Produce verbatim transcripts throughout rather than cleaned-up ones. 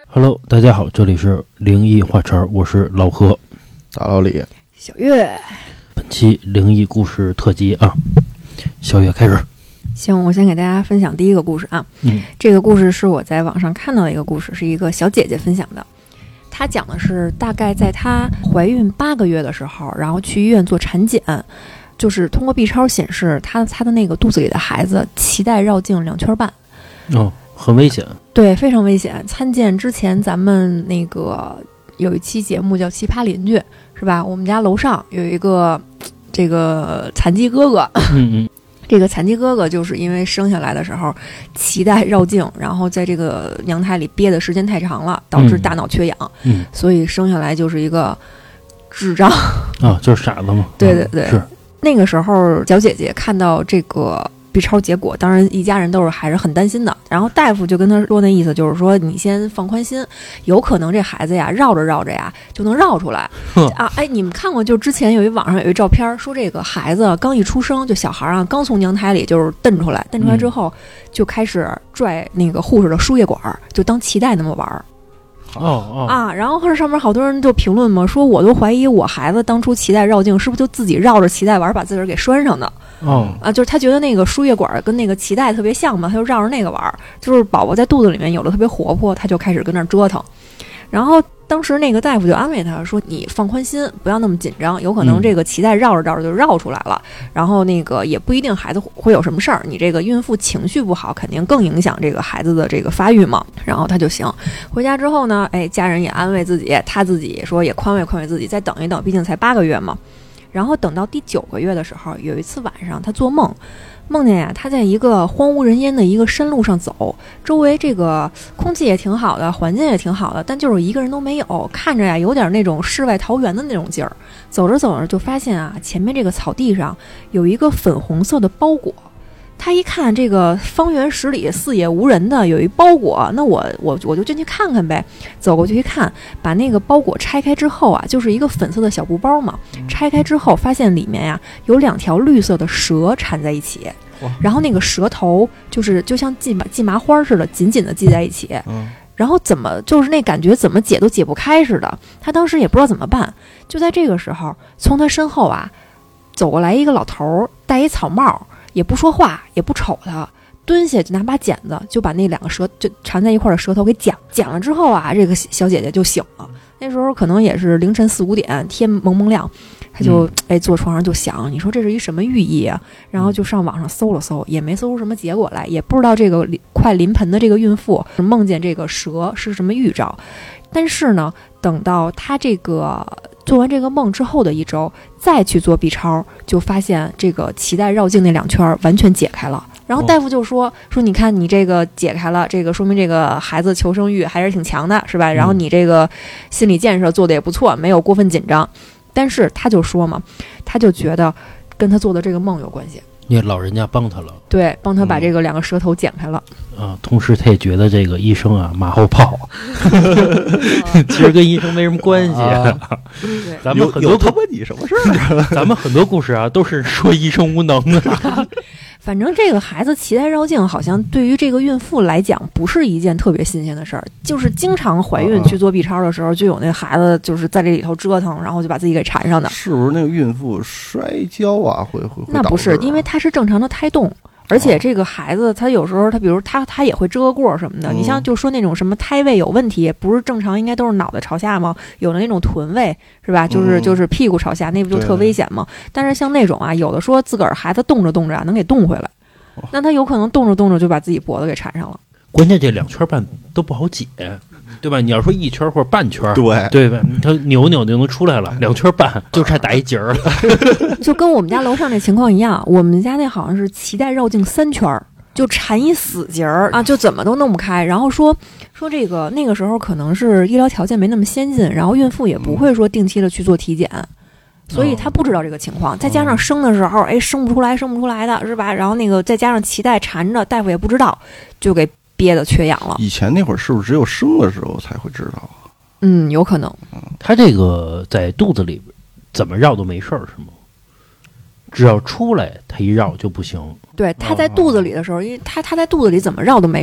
Hello， 大家好，这里是灵异话茬，我是老何， 大老李， 小月。 本期灵异故事特辑啊，小月开始。 行，我先给大家分享第一个故事啊。 嗯， 这个故事是我在网上看到的一个故事，是一个小姐姐分享的。她讲的是大概在她怀孕八个月的时候，然后去医院做产检，就是通过 B 超显示她她的那个肚子里的孩子脐带绕颈两圈半。 哦，很危险。 对，非常危险。参见之前咱们那个有一期节目叫《奇葩邻居》，是吧？我们家楼上有一个这个残疾哥哥。 嗯嗯。 这个残疾哥哥就是因为生下来的时候脐带绕颈，然后在这个娘胎里憋的时间太长了，导致大脑缺氧， 嗯， 所以生下来就是一个智障啊，就是傻子嘛。 对对对， 是那个时候小姐姐看到这个 B 超结果，当然一家人都是还是很担心的。然后大夫就跟他说那意思就是说，你先放宽心，有可能这孩子呀绕着绕着呀就能绕出来啊！哎，你们看过就之前有一网上有一照片，说这个孩子刚一出生，就小孩啊刚从娘胎里就是蹬出来，蹬出来之后、嗯、就开始拽那个护士的输液管，就当脐带那么玩儿。 哦哦啊！然后上面好多人就评论嘛，说我都怀疑我孩子当初脐带绕颈是不是就自己绕着脐带玩，把自个儿给拴上的。 哦啊，就是他觉得那个输液管跟那个脐带特别像嘛，他就绕着那个玩。就是宝宝在肚子里面有的特别活泼，他就开始跟那儿折腾。然后当时那个大夫就安慰他说：“你放宽心，不要那么紧张，有可能这个脐带绕着绕着就绕出来了。嗯、然后那个也不一定孩子会有什么事儿，你这个孕妇情绪不好，肯定更影响这个孩子的这个发育嘛。”然后他就行。回家之后呢，哎，家人也安慰自己，他自己也说也宽慰宽慰自己，再等一等，毕竟才八个月嘛。然后等到第九个月的时候，有一次晚上他做梦。梦见呀，他在一个荒无人烟的一个山路上走，周围这个空气也挺好的，环境也挺好的，但就是一个人都没有，看着呀有点那种世外桃源的那种劲儿。走着走着就发现啊，前面这个草地上有一个粉红色的包裹。他一看这个方圆十里四野无人的有一包裹，那我我我就进去看看呗。走过去一看，把那个包裹拆开之后啊，就是一个粉色的小布包嘛。拆开之后发现里面呀有两条绿色的蛇缠在一起，然后那个蛇头就是就像系麻系麻花似的，紧紧的系在一起。然后怎么就是那感觉怎么解都解不开似的。他当时也不知道怎么办。就在这个时候，从他身后啊走过来一个老头，戴一草帽。也不说话，也不瞅他，蹲下就拿把剪子，就把那两个蛇就缠在一块的蛇头给剪剪了之后啊，这个小姐姐就醒了。那时候可能也是凌晨四五点，天蒙蒙亮，她就、嗯、哎坐床上就想，你说这是一什么寓意啊？然后就上网上搜了搜，也没搜出什么结果来，也不知道这个快临盆的这个孕妇梦见这个蛇是什么预兆。但是呢，等到她这个做完这个梦之后的一周，再去做 B 超，就发现这个脐带绕颈那两圈完全解开了。然后大夫就说、哦、说你看你这个解开了，这个说明这个孩子求生欲还是挺强的，是吧？然后你这个心理建设做得也不错，没有过分紧张。但是他就说嘛，他就觉得跟他做的这个梦有关系。 因为老人家帮他了，对， 帮他把这个两个蛇头剪开了。 嗯、啊，同时他也觉得这个医生啊马后炮，其实跟医生没什么关系。啊、咱们很多他问你什么事儿？ 咱们很多故事啊都是说医生无能啊。 反正这个孩子脐带绕颈，好像对于这个孕妇来讲不是一件特别新鲜的事儿，就是经常怀孕去做 B 超的时候，就有那孩子就是在这里头折腾，然后就把自己给缠上的。 是不是那个孕妇摔跤啊？会会会？ 那不是，因为它是正常的胎动。而且这个孩子他有时候他比如他他也会遮过什么的、嗯、你像就说那种什么胎位有问题，不是正常应该都是脑袋朝下吗？有的那种臀位是吧，就是、嗯、就是屁股朝下，那不就特危险吗？但是像那种啊，有的说自个儿孩子动着动着啊能给动回来，那他有可能动着动着就把自己脖子给缠上了。 关键这两圈半都不好解，对吧？你要说一圈或者半圈， 对对吧？它扭扭就能出来了，两圈半就差打一节儿了。 就跟我们家楼上那情况一样，我们家那好像是脐带绕颈三圈，就缠一死结儿啊，就怎么都弄不开。然后说说这个那个时候可能是医疗条件没那么先进，然后孕妇也不会说定期的去做体检。所以他不知道这个情况，再加上生的时候，哎，生不出来，生不出来的是吧？然后那个再加上脐带缠着，大夫也不知道，就给憋得缺氧了。 以前那会儿是不是只有生的时候才会知道啊？ 嗯，有可能。 他这个在肚子里怎么绕都没事儿是吗？只要出来他一绕就不行。 对，他在肚子里的时候，因为他他在肚子里怎么绕都没事，他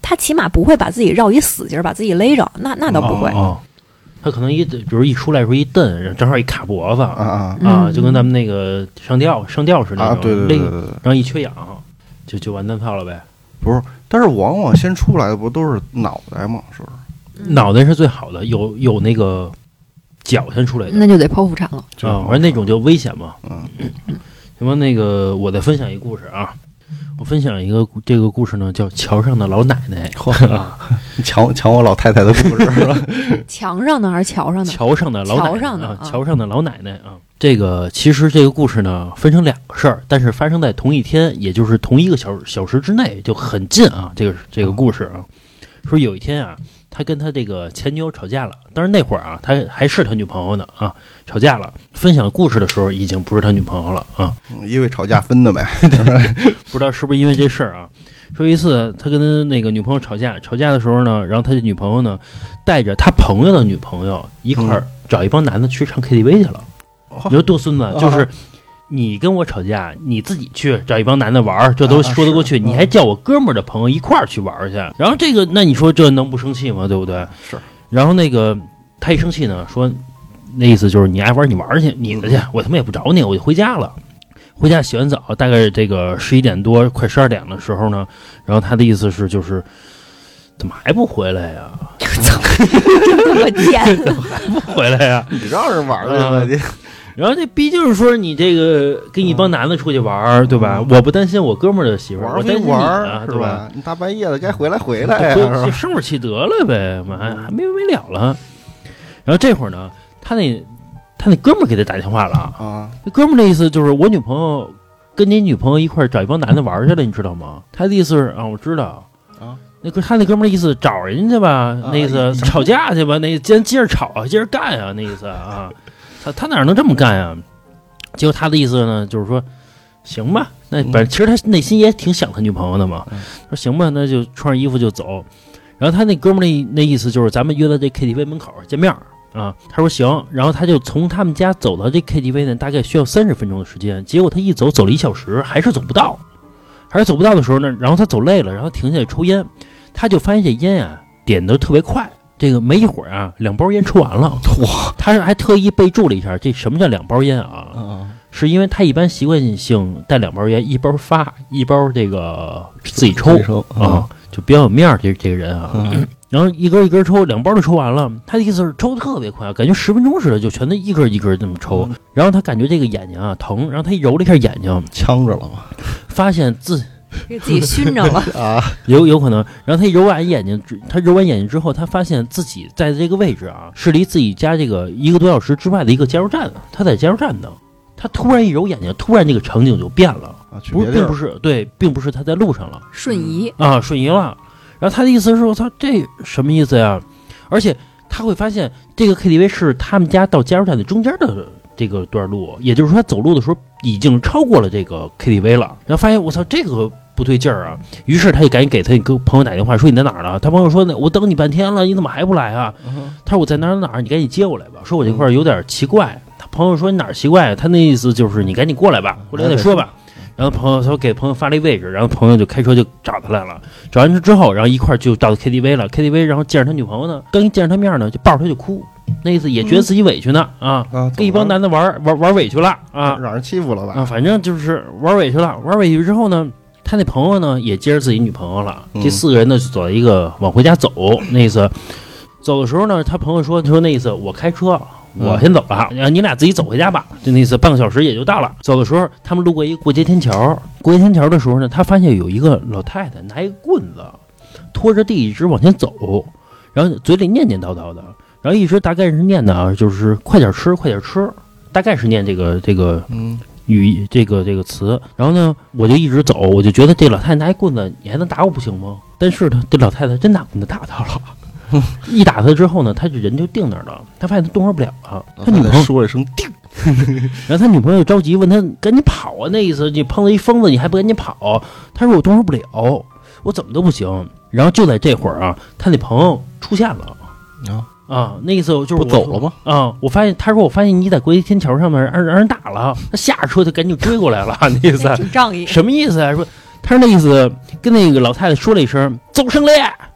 他起码不会把自己绕一死结，把自己勒着，那那倒不会。 哦哦他可能一，比如一出来的时候一蹬，正好一卡脖子啊啊啊，就跟咱们那个上吊上吊似的啊，对对对对对， 然后一缺氧，就就完蛋套了呗。 不是，但是往往先出来的不都是脑袋吗？是不是？ 脑袋是最好的，有有那个脚先出来的， 那就得剖腹产了啊，反正那种就危险嘛。 嗯， 什么那个，我再分享一个故事啊。我分享一个这个故事呢，叫桥上的老奶奶。啊， 抢抢我老太太的故事是吧？ 墙上的还是桥上的？ 桥上的老奶奶桥上的啊，桥上的老奶奶啊。这个其实这个故事呢，分成两个事儿，但是发生在同一天，也就是同一个小小时之内，就很近啊。这个这个故事啊，说有一天啊，他跟他这个前女友吵架了，但是那会儿啊，他还是他女朋友呢啊，吵架了。分享故事的时候，已经不是他女朋友了啊， 因为吵架分的呗。 不知道是不是因为这事儿啊？说一次他跟他那个女朋友吵架，吵架的时候呢，然后他的女朋友呢，带着他朋友的女朋友一块儿找一帮男的去唱 K T V 去了。 嗯、 你说多孙子， 啊、 就是你跟我吵架，你自己去找一帮男的玩儿，这都说得过去。 啊、 你还叫我哥们儿的朋友一块儿去玩儿去，然后这个，那你说这能不生气吗？对不对？ 是。 然后那个他一生气呢，说那意思就是你爱玩你玩去，你的去，我他妈也不找你，我就回家了。回家洗完澡，大概这个十一点多，快十二点的时候呢，然后他的意思是就是怎么还不回来呀？ 这么贱， 怎么还不回来呀？ 你让人玩去吧你。 然后这逼就是说你这个跟一帮男的出去玩，对吧？我不担心我哥们儿的媳妇儿，我担心你啊，对吧？ 你大半夜的该回来回来呀， 就生会儿气得了呗，妈还没完没了了。然后这会儿呢，他那他那哥们儿给他打电话了啊，那哥们儿的意思就是我女朋友跟你女朋友一块儿找一帮男的玩去了，你知道吗？他的意思是啊，我知道啊。那个他那哥们儿意思找人去吧，啊、那意思吵架去吧，那接接着吵啊，接着干啊，那意思啊。他他哪能这么干呀？结果他的意思呢，就是说，行吧，那本其实他内心也挺想他女朋友的嘛。嗯、说行吧，那就穿上衣服就走。然后他那哥们儿那那意思就是咱们约在这 K T V 门口见面啊。他说行，然后他就从他们家走到这 K T V 呢，大概需要三十分钟的时间。结果他一走走了一小时，还是走不到，还是走不到的时候呢，然后他走累了，然后停下来抽烟，他就发现这烟啊点得特别快。这个没一会儿啊，两包烟抽完了。哇！他是还特意备注了一下，这什么叫两包烟啊？嗯、是因为他一般习惯性带两包烟，一包发，一包这个自己抽啊、嗯嗯，就比较有面儿。这这个人啊，嗯、然后一根一根抽，两包都抽完了。他的意思是抽的特别快，感觉十分钟似的，就全都一根一根这么抽。嗯、然后他感觉这个眼睛啊疼，然后他一揉了一下眼睛， 呛着了嘛， 发现自。 给自己熏着了啊， 有有可能。然后他一揉完眼睛，他揉完眼睛之后，他发现自己在这个位置啊，是离自己家这个一个多小时之外的一个加油站。他在加油站呢，他突然一揉眼睛，突然这个场景就变了啊，不是，并不是对，并不是他在路上了， 瞬移啊，瞬移了。然后他的意思是说，他这什么意思呀？而且他会发现这个 K T V 是他们家到加油站的中间的这个段路，也就是说他走路的时候已经超过了这个 K T V 了。然后发现我操，这个不对劲儿啊！于是他就赶紧给他一个朋友打电话，说你在哪儿呢？他朋友说我等你半天了，你怎么还不来啊？嗯、他说我在哪儿哪儿，你赶紧接我来吧。说我这块儿有点奇怪。嗯、他朋友说你哪儿奇怪？他那意思就是你赶紧过来吧，过来再说吧。然后朋友他说给朋友发了一位置，然后朋友就开车就找他来了。找完之后，然后一块儿就到 K T V 了。K T V 然后见着他女朋友呢，刚一见着他面呢，就抱着他就哭。那意思也觉得自己委屈呢、嗯、啊，啊跟一帮男的玩玩玩委屈了啊， 让人欺负了吧？ 啊，反正就是玩委屈了。玩委屈之后呢，他那朋友呢也接着自己女朋友了。嗯、这四个人呢就走了一个往回家走。那意思走的时候呢，他朋友说说那意思我开车。我先走了，嗯、你俩自己走回家吧。就那次半个小时也就到了。走的时候，他们路过一个过街天桥。过街天桥的时候呢，他发现有一个老太太拿一个棍子，拖着地一直往前走，然后嘴里念念叨叨的，然后一直大概是念的啊，就是快点吃，快点吃，大概是念这个这个嗯语这个这个词。然后呢，我就一直走，我就觉得这老太太拿一棍子，你还能打我不行吗？但是呢，这老太太真拿棍子打他了。一打他之后呢，他这人就定那儿了。他发现他动弹不了了。他女朋友说一声定， 然后他女朋友着急问他赶紧跑啊，那意思你碰到一疯子你还不赶紧跑？他说我动弹不了，我怎么都不行。然后就在这会儿啊，他那朋友出现了啊啊，那意思就是不走了吗？ 啊，我发现他说我发现你在国际天桥上面让让人打了，他下车就赶紧追过来了。那意思挺仗义， 什么意思啊？说他说那意思跟那个老太太说了一声走胜利。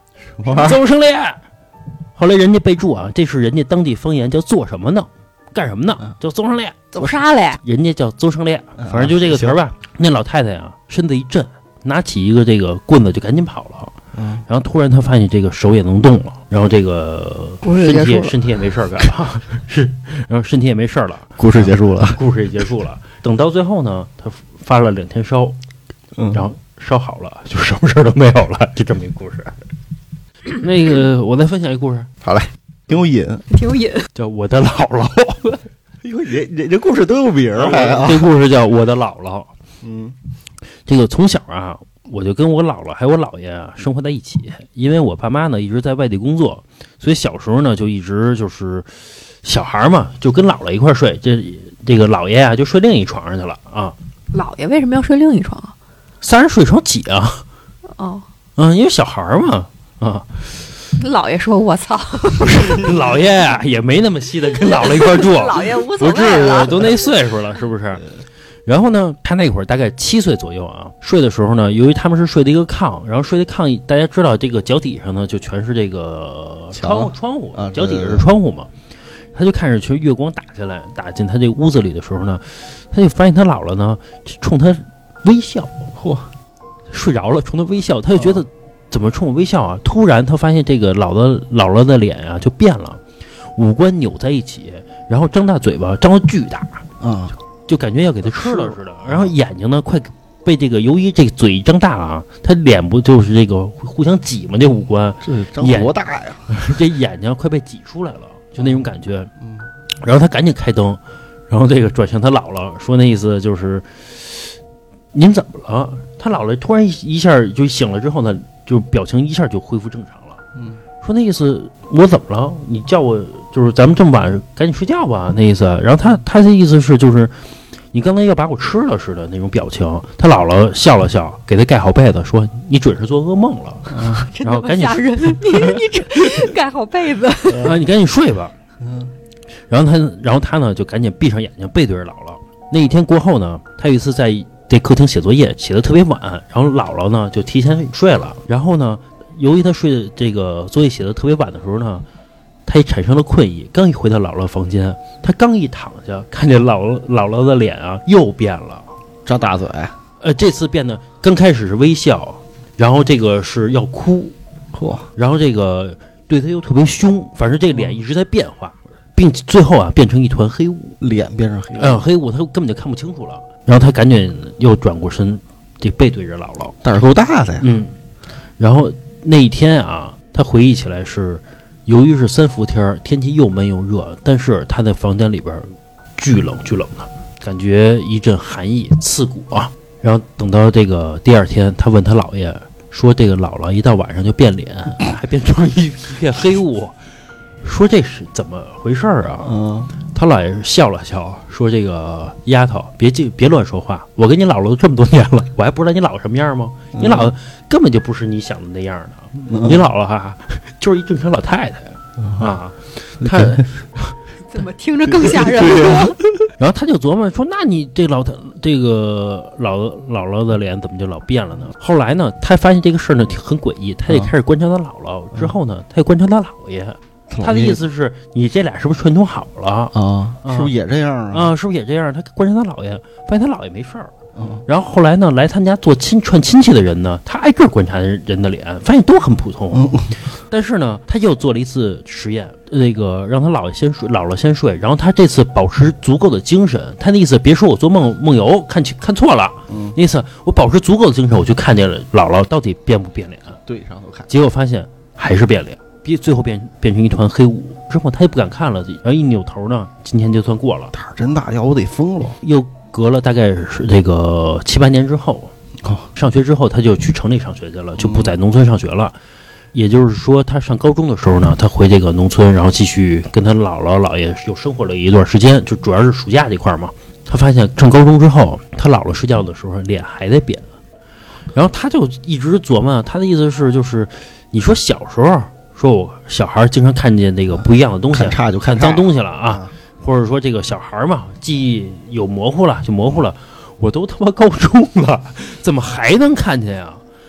邹胜烈。后来人家备注啊，这是人家当地方言，叫做什么呢？干什么呢？叫邹胜烈， 走啥嘞？ 人家叫邹胜烈，反正就这个词儿吧。那老太太啊，身子一震，拿起一个这个棍子就赶紧跑了。嗯，然后突然他发现这个手也能动了，然后这个身体身体也没事干了，是，然后身体也没事了。 故事结束了， 故事也结束了。等到最后呢，他发了两天烧，嗯，然后烧好了，就什么事儿都没有了，就这么一个故事。那个，我再分享一个故事。 好嘞，挺有瘾， 挺有瘾， 叫我的姥姥。 哟，人人这故事都有名儿啊！ 这故事叫我的姥姥。 嗯， 这个从小啊，我就跟我姥姥还有我姥爷啊生活在一起。因为我爸妈呢一直在外地工作，所以小时候呢就一直就是小孩嘛，就跟姥姥一块睡。这这个姥爷啊就睡另一床上去了啊。 姥爷为什么要睡另一床啊？ 仨人睡床挤啊。 哦， 嗯，因为小孩嘛啊。 姥爷说：“我操， 姥爷呀、啊、也没那么稀的跟姥姥一块住， 姥爷无所谓不至于，都那岁数了，是不是？然后呢，他那会儿大概七岁左右啊，睡的时候呢，由于他们是睡的一个炕，然后睡的炕，大家知道这个脚底上呢就全是这个窗户，窗户，脚底下是窗户嘛，他就看着全月光打进来，打进他这个屋子里的时候呢，他就发现他姥姥呢冲他微笑，嚯，睡着了，冲他微笑，他就觉得。”怎么冲我微笑啊？突然他发现这个姥姥姥姥的脸啊就变了，五官扭在一起，然后张大嘴巴，张得巨大， 啊、嗯， 就感觉要给他吃了似的。然后眼睛呢，快被这个由于这个嘴一张大啊，他脸不就是这个互相挤嘛？这五官， 这张多大呀？ 这眼睛快被挤出来了，就那种感觉。嗯，然后他赶紧开灯，然后这个转向他姥姥说，那意思就是您怎么了？他姥姥突然一下就醒了之后呢。就表情一下就恢复正常了，嗯，说那意思我怎么了？你叫我就是咱们这么晚赶紧睡觉吧，那意思。然后他他的意思是就是你刚才要把我吃了似的那种表情。他姥姥笑了笑，给他盖好被子，说你准是做噩梦了，嗯、然后赶紧人，你你这盖好被子啊，你赶紧睡吧。嗯，然后他然后他呢就赶紧闭上眼睛，背对着姥姥。那一天过后呢，他有一次在。这客厅写作业写得特别晚，然后姥姥呢就提前睡了。然后呢，由于他睡这个作业写得特别晚的时候呢，他也产生了困意。刚一回到姥姥房间，他刚一躺下，看见姥姥姥姥的脸啊又变了， 张大嘴。 呃，这次变得刚开始是微笑，然后这个是要哭， 嚯， 然后这个对他又特别凶，反正这个脸一直在变化，并最后啊变成一团黑雾， 脸变成黑雾， 嗯，黑雾他根本就看不清楚了。然后他赶紧又转过身，这背对着姥姥， 胆儿够大的呀。 嗯，然后那一天啊，他回忆起来是，由于是三伏天，天气又闷又热，但是他在房间里边巨冷巨冷的，感觉一阵寒意刺骨啊。然后等到这个第二天，他问他姥爷说，这个姥姥一到晚上就变脸，还变成一一片黑雾，说这是怎么回事啊？嗯。他姥爷笑了笑，说：“这个丫头，别别别乱说话。我跟你姥姥这么多年了，我还不知道你姥姥什么样吗？你姥姥根本就不是你想的那样的。嗯、你姥姥哈，就是一正常老太太、嗯、啊。她怎么听着更吓人了？然后他就琢磨说：那你这老太这个姥姥姥的脸怎么就老变了呢？后来呢，他发现这个事儿呢很诡异，他也开始观察他姥姥。之后呢，他也观察他姥爷。”他的意思是你这俩是不是串通好了啊？是不是也这样啊？啊，是不是也这样？他观察他姥爷，发现他姥爷没事儿。嗯，然后后来呢，来他家做亲串亲戚的人呢，他挨个观察人的脸，发现都很普通。嗯，但是呢，他又做了一次实验，那个让他姥爷先睡，姥姥先睡，然后他这次保持足够的精神。他那意思，别说我做梦梦游看看错了，嗯，那意思我保持足够的精神，我就看见了姥姥到底变不变脸。 对上头看， 结果发现还是变脸。最后变变成一团黑雾之后，他也不敢看了，然后一扭头呢，今天就算过了。 胆儿真大，要我得疯了。 又隔了大概是这个七八年之后，哦，上学之后他就去城里上学去了，就不在农村上学了。嗯、也就是说，他上高中的时候呢，他回这个农村，然后继续跟他姥姥姥爷又生活了一段时间，就主要是暑假这块嘛。他发现上高中之后，他姥姥睡觉的时候脸还在变，然后他就一直琢磨，他的意思是就是，你说小时候。说我小孩经常看见这个不一样的东西， 看差就看脏东西了啊，或者说这个小孩嘛，记忆有模糊了就模糊了。我都他妈高中了，怎么还能看见呀？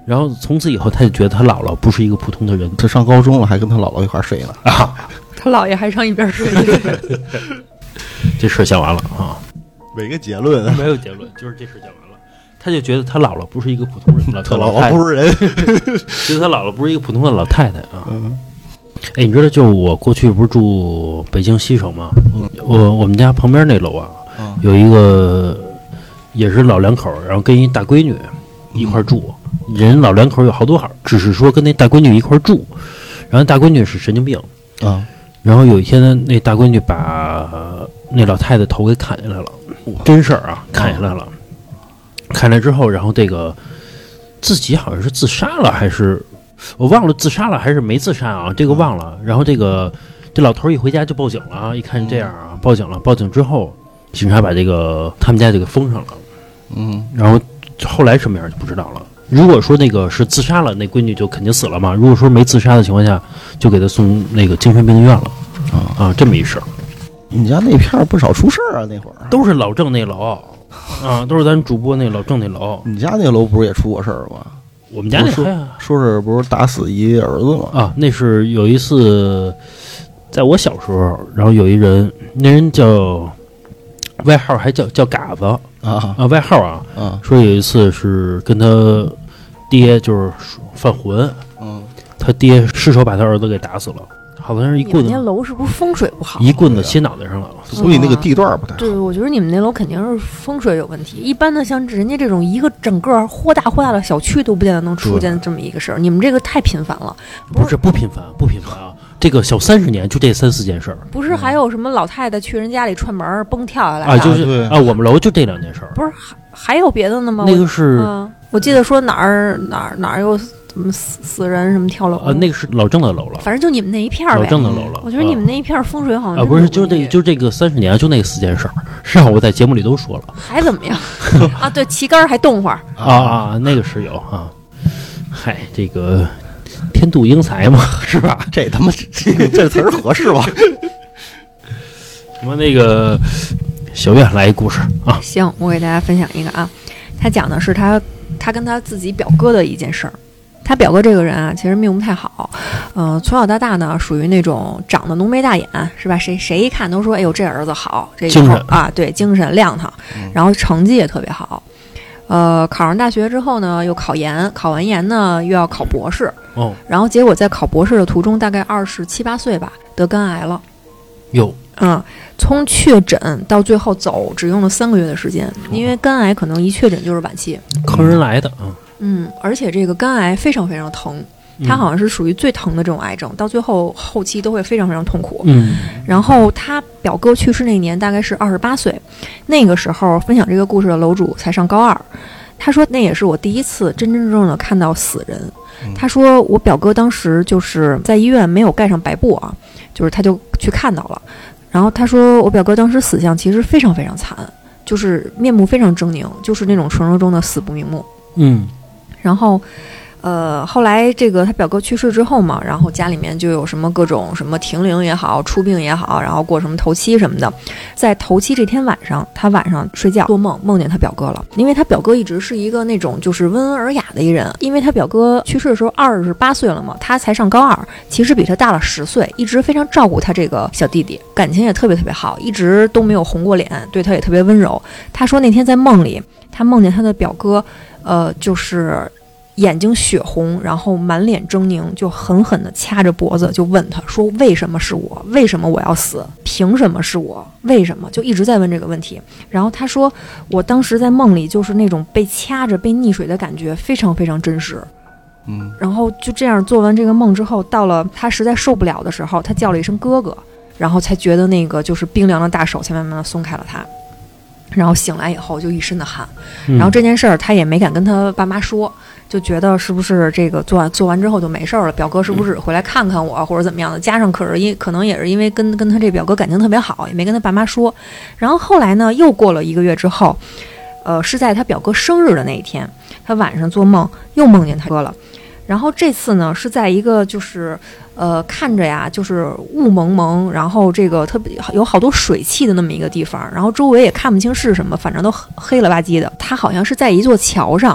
然后从此以后，他就觉得他姥姥不是一个普通的人。 他上高中了，还跟他姥姥一块儿睡呢啊！ 他姥爷还上一边睡。 这事儿讲完了啊， 没个结论， 没有结论，就是这事儿讲完了。他就觉得他姥姥不是一个普通人， 他姥姥不是人， 觉得他姥姥不是一个普通的老太太啊。 嗯， 哎，你知道，就我过去不是住北京西城吗？嗯、我我们家旁边那楼啊，嗯、有一个也是老两口，然后跟一大闺女一块住。嗯、人老两口有好多好，只是说跟那大闺女一块住，然后大闺女是神经病啊。 嗯、 然后有一天呢，那大闺女把那老太太头给砍下来了，真事儿啊，砍下来了。嗯砍了之后，然后这个自己好像是自杀了，还是我忘了自杀了还是没自杀啊？这个忘了。然后这个这老头一回家就报警了，一看这样啊，报警了。报警之后，警察把这个他们家就给封上了。 嗯， 然后后来什么样就不知道了。如果说那个是自杀了，那闺女就肯定死了嘛。如果说没自杀的情况下，就给他送那个精神病院了。啊啊，这么一事儿。 你家那片不少出事儿啊，那会儿都是老郑那楼。啊，都是咱主播那老郑那楼。 你家那楼不是也出过事儿吗？ 我们家那还说, 说是不是打死一儿子吗？ 啊，那是有一次，在我小时候，然后有一人，那人叫外号还叫叫嘎子啊啊，外号啊， 啊， 说有一次是跟他爹就是犯浑， 嗯， 他爹失手把他儿子给打死了。好像是一棍子， 你们那楼是不是风水不好？ 一棍子歇脑袋上了， 所以那个地段不太好。 对，我觉得你们那楼肯定是风水有问题。一般的像人家这种一个整个豁大豁大的小区都不见得能出现这么一个事儿，你们这个太频繁了。 不是不频繁，不频繁啊！这个小三十年就这三四件事儿。 不是还有什么老太太去人家里串门蹦跳下来啊？就是啊，我们楼就这两件事儿。 不是还还有别的呢吗？ 那个是， 嗯，我记得说哪儿哪儿哪儿有。什么死死人什么跳楼啊？那个是老郑的楼了， 反正就你们那一片儿呗。 老郑的楼了。 我觉得你们那一片风水好像啊，不是，就这就这个三十年，就那四件事儿，实际上我在节目里都说了。 还怎么样啊？对，旗杆还动会儿啊啊，那个是有啊。嗨，这个天妒英才嘛，是吧？ 这他妈这个这词儿合适吧？ 什么那个小月来一故事啊？ 行，我给大家分享一个啊，他讲的是他。他跟他自己表哥的一件事儿，他表哥这个人啊，其实命不太好，嗯、呃，从小到大呢，属于那种长得浓眉大眼，是吧？谁谁一看都说，哎呦，这儿子好，这精神啊，对，精神亮堂，然后成绩也特别好，呃，考上大学之后呢，又考研，考完研呢，又要考博士， 哦， 然后结果在考博士的途中，大概二十七八岁吧，得肝癌了， 哟。 嗯，从确诊到最后走只用了三个月的时间，因为肝癌可能一确诊就是晚期， 坑人来的啊。 嗯，而且这个肝癌非常非常疼，它好像是属于最疼的这种癌症，嗯、到最后后期都会非常非常痛苦。 嗯， 然后他表哥去世那年大概是二十八岁，那个时候分享这个故事的楼主才上高二，他说那也是我第一次真真正正的看到死人。 嗯、 他说我表哥当时就是在医院没有盖上白布啊，就是他就去看到了。然后他说，我表哥当时死相其实非常非常惨，就是面目非常狰狞，就是那种传说中的死不瞑目。 嗯， 然后，呃，后来这个他表哥去世之后嘛，然后家里面就有什么各种什么停灵也好，出殡也好，然后过什么头七什么的。在头七这天晚上，他晚上睡觉做梦，梦见他表哥了。因为他表哥一直是一个那种就是温文尔雅的一人，因为他表哥去世的时候二十八岁了嘛，他才上高二，其实比他大了十岁，一直非常照顾他这个小弟弟，感情也特别特别好，一直都没有红过脸，对他也特别温柔。他说那天在梦里，他梦见他的表哥，呃，就是眼睛血红，然后满脸狰狞，就狠狠地掐着脖子，就问他说：“为什么是我？为什么我要死？凭什么是我？为什么？”就一直在问这个问题。然后他说：“我当时在梦里就是那种被掐着、被溺水的感觉，非常非常真实。” 嗯。然后就这样做完这个梦之后，到了他实在受不了的时候，他叫了一声哥哥，然后才觉得那个就是冰凉的大手才慢慢的松开了他。然后醒来以后就一身的汗，然后这件事儿他也没敢跟他爸妈说，就觉得是不是这个做完做完之后就没事了，表哥是不是回来看看我或者怎么样的？加上可是因可能也是因为跟跟他这表哥感情特别好，也没跟他爸妈说。然后后来呢，又过了一个月之后，呃，是在他表哥生日的那一天，他晚上做梦又梦见他哥了。然后这次呢是在一个就是呃看着呀就是雾蒙蒙，然后这个特别有好多水汽的那么一个地方，然后周围也看不清是什么，反正都黑了吧唧的。他好像是在一座桥上，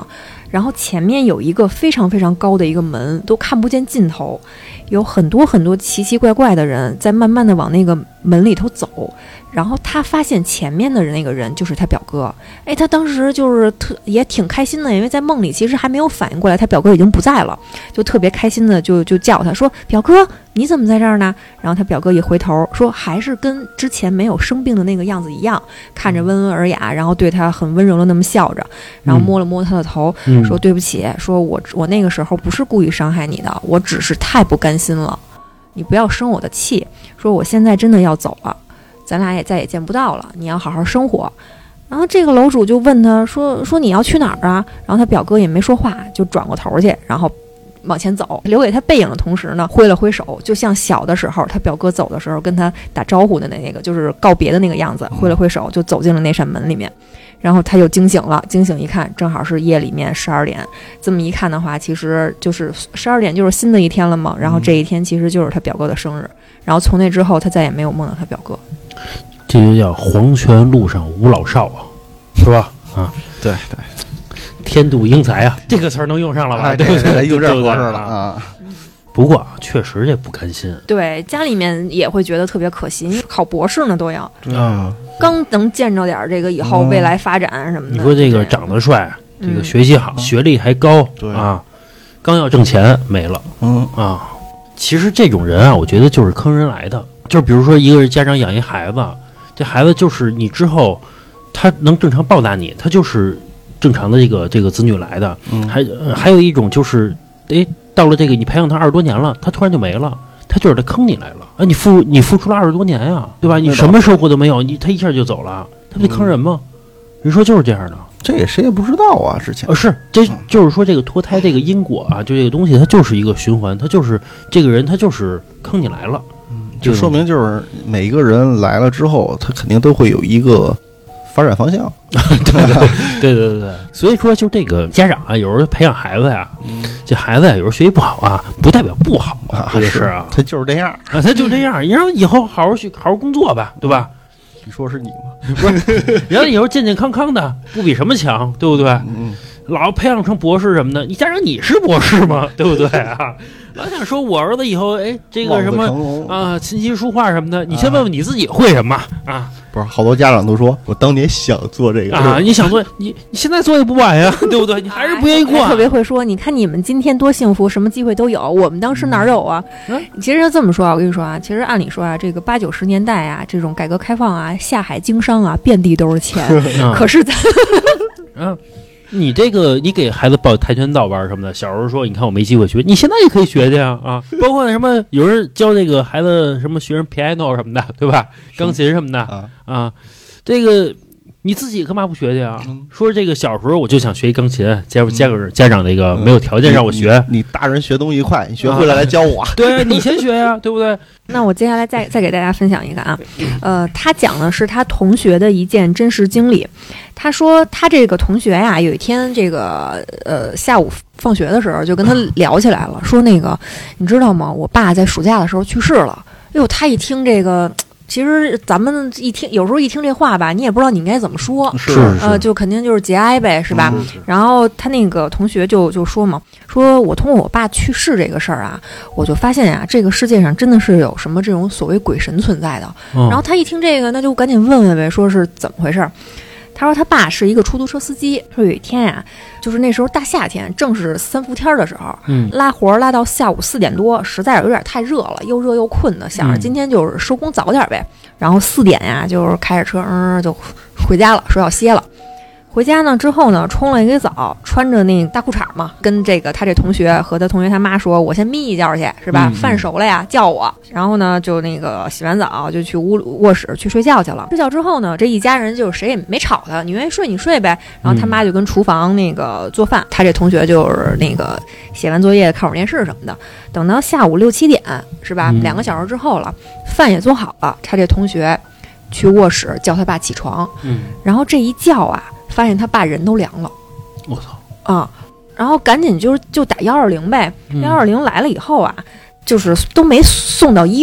然后前面有一个非常非常高的一个门，都看不见尽头，有很多很多奇奇怪怪的人在慢慢的往那个门里头走。然后他发现前面的那个人就是他表哥，哎，他当时就是特也挺开心的，因为在梦里其实还没有反应过来他表哥已经不在了，就特别开心的就就叫他说表哥你怎么在这儿呢？然后他表哥一回头说还是跟之前没有生病的那个样子一样，看着温文尔雅，然后对他很温柔的那么笑着，然后摸了摸他的头、嗯、说对不起，说我我那个时候不是故意伤害你的，我只是太不甘心了，你不要生我的气，说我现在真的要走了，咱俩也再也见不到了，你要好好生活。然后这个楼主就问他说说你要去哪儿啊？然后他表哥也没说话，就转过头去，然后往前走，留给他背影的同时呢，挥了挥手，就像小的时候他表哥走的时候跟他打招呼的那个，就是告别的那个样子，挥了挥手就走进了那扇门里面。然后他又惊醒了，惊醒一看，正好是夜里面十二点。这么一看的话，其实就是十二点就是新的一天了嘛。然后这一天其实就是他表哥的生日。然后从那之后，他再也没有梦到他表哥。 这就叫黄泉路上无老少啊，是吧？啊， 对对， 天妒英才啊，这个词儿能用上了吧？ 哎、对对对，用这合适了啊。 不过确实也不甘心， 对，家里面也会觉得特别可惜，因为考博士呢都要啊， 刚能见着点这个以后未来发展什么的。 你说这个长得帅，这个学习好， 嗯、 学历还高， 对啊，刚要挣钱没了， 嗯啊，其实这种人啊，我觉得就是坑人来的。就比如说一个人家长养一孩子，这孩子就是你之后他能正常报答你，他就是正常的这个这个子女来的。 嗯， 还、呃、还有一种就是诶到了这个你培养他二十多年了，他突然就没了，他就是他坑你来了啊！你付你付出了二十多年呀，对吧？你什么收获都没有，你他一下就走了，他不得坑人吗？人说就是这样的， 这也谁也不知道啊，之前呃是这就是说这个脱胎这个因果啊，就这个东西它就是一个循环，它就是这个人他就是坑你来了。 就说明就是每一个人来了之后，他肯定都会有一个发展方向。 对对对对对，所以说就这个家长啊，有时候培养孩子呀，嗯、这孩子呀有时候学习不好啊，不代表不好啊，这个事啊， 他就是这样啊，他就这样，然后以后好好去好好工作吧，对吧？ 你说是你吗？ 不是，然后以后健健康康的，不比什么强，对不对？ 嗯。 老培养成博士什么的，你家长你是博士吗？对不对啊？老想说我儿子以后哎，这个什么啊，琴棋书画什么的，你先问问你自己会什么啊？ 不是，好多家长都说我当年想做这个啊，你想做，你你现在做也不晚呀，对不对？你还是不愿意过。 特别会说，你看你们今天多幸福，什么机会都有，我们当时哪有啊？嗯、其实这么说啊，我跟你说啊，其实按理说啊，这个八九十年代啊，这种改革开放啊，下海经商啊，遍地都是钱， 嗯、 可是咱嗯。你这个，你给孩子报跆拳道班什么的，小时候说，你看我没机会学，你现在也可以学去啊啊！包括什么，有人教这个孩子什么学生 piano 什么的，对吧？钢琴什么的啊啊，这个你自己干嘛不学去啊？嗯、说这个小时候我就想学一钢琴，家家长家长那个没有条件让我学， 嗯、你, 你大人学东西快，你学会了来教我， 啊、对你先学呀，对不对？ 那我接下来再再给大家分享一个啊，呃，他讲的是他同学的一件真实经历。他说他这个同学呀，有一天这个呃下午放学的时候就跟他聊起来了，说那个你知道吗？我爸在暑假的时候去世了。哎呦，他一听这个。其实咱们一听，有时候一听这话吧，你也不知道你应该怎么说， 是呃，就肯定就是节哀呗，是吧？ 嗯、是然后他那个同学就就说嘛，说我通过我爸去世这个事儿啊，我就发现呀、啊，这个世界上真的是有什么这种所谓鬼神存在的。 嗯、 然后他一听这个，那就赶紧问问呗，说是怎么回事？他说他爸是一个出租车司机，说有一天呀、啊，就是那时候大夏天，正是三伏天的时候， 嗯， 拉活拉到下午四点多，实在是有点太热了，又热又困的，想着今天就是收工早点呗。嗯、然后四点呀，就是开着车，嗯，就回家了，说要歇了。回家呢之后呢，冲了一个澡，穿着那大裤衩嘛，跟这个他这同学和他同学他妈说：“我先眯一觉去，是吧？嗯、饭熟了呀，叫我。”然后呢，就那个洗完澡就去屋卧室去睡觉去了。睡觉之后呢，这一家人就是谁也没吵他，你愿意睡你睡呗。然后他妈就跟厨房那个做饭，他这同学就是那个写完作业看会儿电视什么的。等到下午六七点，是吧？嗯、两个小时之后了，饭也做好了，他这同学去卧室叫他爸起床。 嗯， 然后这一叫啊。发现他爸人都凉了， 我操啊！然后赶紧就就打幺二零呗，幺二零来了以后啊，就是都没送到医院，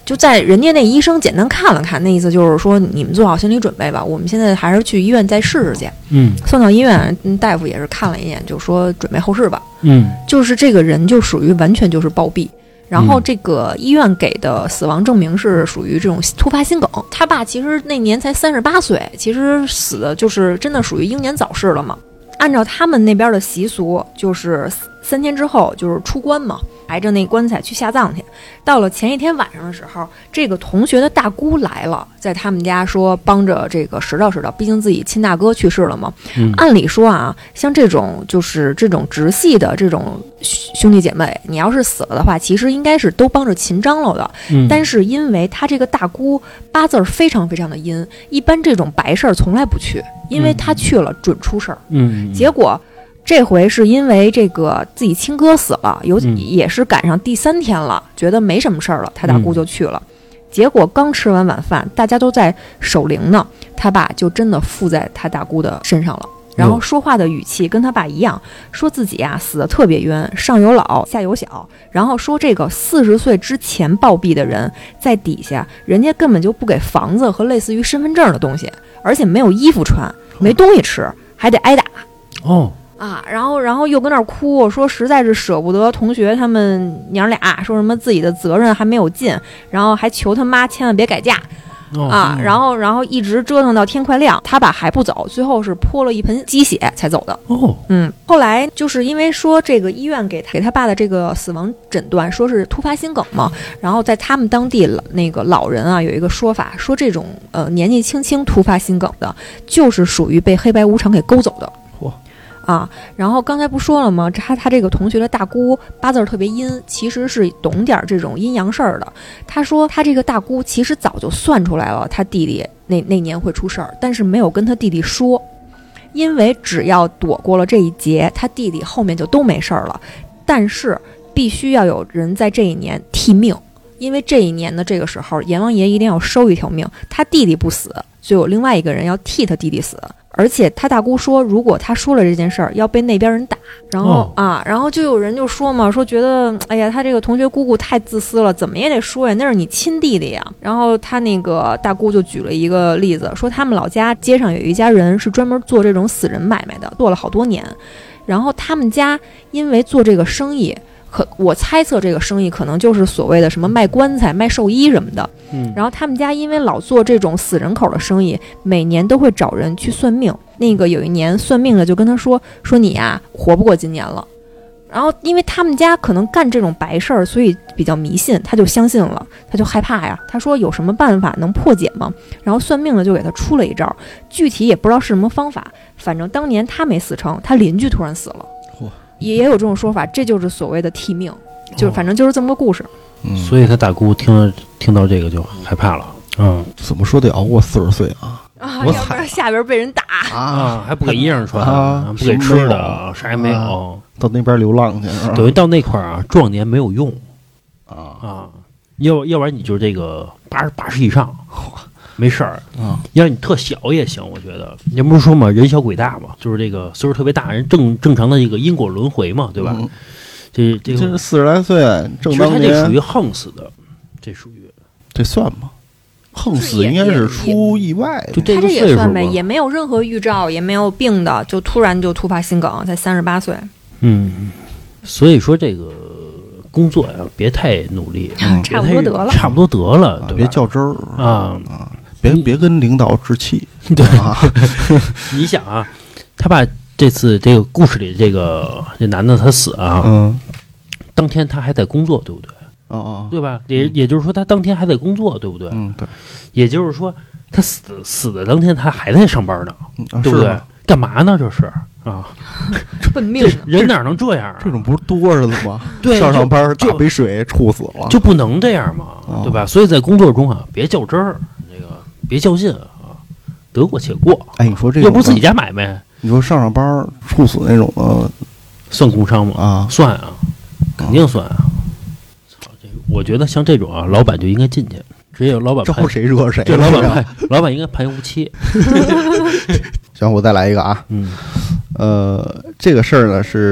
就在人家那医生简单看了看，那意思就是说你们做好心理准备吧，我们现在还是去医院再试试去。 嗯， 送到医院，大夫也是看了一眼，就说准备后事吧。 嗯， 就是这个人就属于完全就是暴毙。然后这个医院给的死亡证明是属于这种突发心梗，他爸其实那年才三十八岁，其实死的就是真的属于英年早逝了嘛。按照他们那边的习俗，就是三天之后就是出棺嘛，抬着那棺材去下葬去。到了前一天晚上的时候，这个同学的大姑来了，在他们家说帮着这个拾掇拾掇，毕竟自己亲大哥去世了嘛。 嗯、 按理说啊，像这种就是这种直系的这种兄弟姐妹，你要是死了的话，其实应该是都帮着秦张罗的。 嗯、 但是因为他这个大姑八字非常非常的阴，一般这种白事儿从来不去，因为他去了准出事儿。 嗯， 结果这回是因为这个自己亲哥死了，有也是赶上第三天了，觉得没什么事儿了，他大姑就去了。结果刚吃完晚饭，大家都在守灵呢，他爸就真的附在他大姑的身上了。然后说话的语气跟他爸一样，说自己啊死得特别冤，上有老下有小，然后说这个四十岁之前暴毙的人在底下，人家根本就不给房子和类似于身份证的东西，而且没有衣服穿，没东西吃，还得挨打。 哦啊，然后然后又跟那儿哭，说实在是舍不得同学他们娘俩，说什么自己的责任还没有尽，然后还求他妈千万别改嫁。 哦、 啊，然后然后一直折腾到天快亮，他爸还不走，最后是泼了一盆鸡血才走的。 哦， 嗯，后来就是因为说这个医院给他给他爸的这个死亡诊断说是突发心梗嘛，然后在他们当地那个老人啊有一个说法，说这种呃年纪轻轻突发心梗的，就是属于被黑白无常给勾走的。 嚯！ 啊，然后刚才不说了吗？他他这个同学的大姑八字特别阴，其实是懂点这种阴阳事儿的。他说他这个大姑其实早就算出来了，他弟弟那那年会出事儿，但是没有跟他弟弟说，因为只要躲过了这一劫，他弟弟后面就都没事儿了。但是必须要有人在这一年替命，因为这一年的这个时候，阎王爷一定要收一条命，他弟弟不死，就有另外一个人要替他弟弟死。而且他大姑说，如果他说了这件事儿，要被那边人打。然后、哦、啊，然后就有人就说嘛，说觉得，哎呀，他这个同学姑姑太自私了，怎么也得说呀，那是你亲弟弟呀。然后他那个大姑就举了一个例子，说他们老家街上有一家人是专门做这种死人买卖的，做了好多年。然后他们家因为做这个生意，可我猜测这个生意可能就是所谓的什么卖棺材、卖寿衣什么的。 嗯， 然后他们家因为老做这种死人口的生意，每年都会找人去算命。那个有一年算命的就跟他说说你呀活不过今年了。然后因为他们家可能干这种白事儿，所以比较迷信，他就相信了，他就害怕呀。他说有什么办法能破解吗？然后算命的就给他出了一招，具体也不知道是什么方法，反正当年他没死成，他邻居突然死了。也有这种说法，这就是所谓的替命，就反正就是这么个故事。 嗯， 所以他大姑听了听到这个就害怕了。嗯， 怎么说得熬过四十岁啊？ 啊，要不然下边被人打啊，还不给衣裳穿啊，不给吃的，啥也没有，啊、 到那边流浪去， 等于到那块儿啊，壮年没有用啊啊，要要不然你就是这个八十八十以上。没事儿啊， 要你特小也行，我觉得。人不是说嘛，人小鬼大嘛，就是这个岁数特别大人正正常的这个因果轮回嘛，对吧？ 嗯、 这这个四十来岁，正当年， 其实他这属于横死的，这属于这算吗？横死应该是出意外， 就这他这个岁数也算呗，也没有任何预兆，也没有病的，就突然就突发心梗，才三十八岁。 嗯，所以说这个。工作呀，别太努力， 嗯、差不多得了， 差不多得了，对吧？ 别较真儿啊啊！别别跟领导置气， 对啊！你想啊，他把这次这个故事里这个这男的他死啊， 嗯， 当天他还在工作，对不对？ 哦哦， 对吧？也也就是说，他当天还在工作，对不对？ 嗯，对。 也就是说，他死死的当天他还在上班呢， 嗯啊、 对不对？干嘛呢？这是啊， 奔命人哪能这样、啊？ 这种不是多着呢吗？ 对， 上上班打杯水猝死了， 就不能这样嘛， 哦、 对吧？所以在工作中啊，别较真儿，这个别较劲啊，得过且过。 哎，你说这又不是自己家买卖， 你说上上班猝死那种的， 算工伤吗？ 啊， 算啊，肯定算啊。操、这个，我觉得像这种啊，老板就应该进去。直接有老板招谁惹谁？ 对，老板判，老板应该判无期。 行，我再来一个啊。 嗯， 呃，这个事儿呢是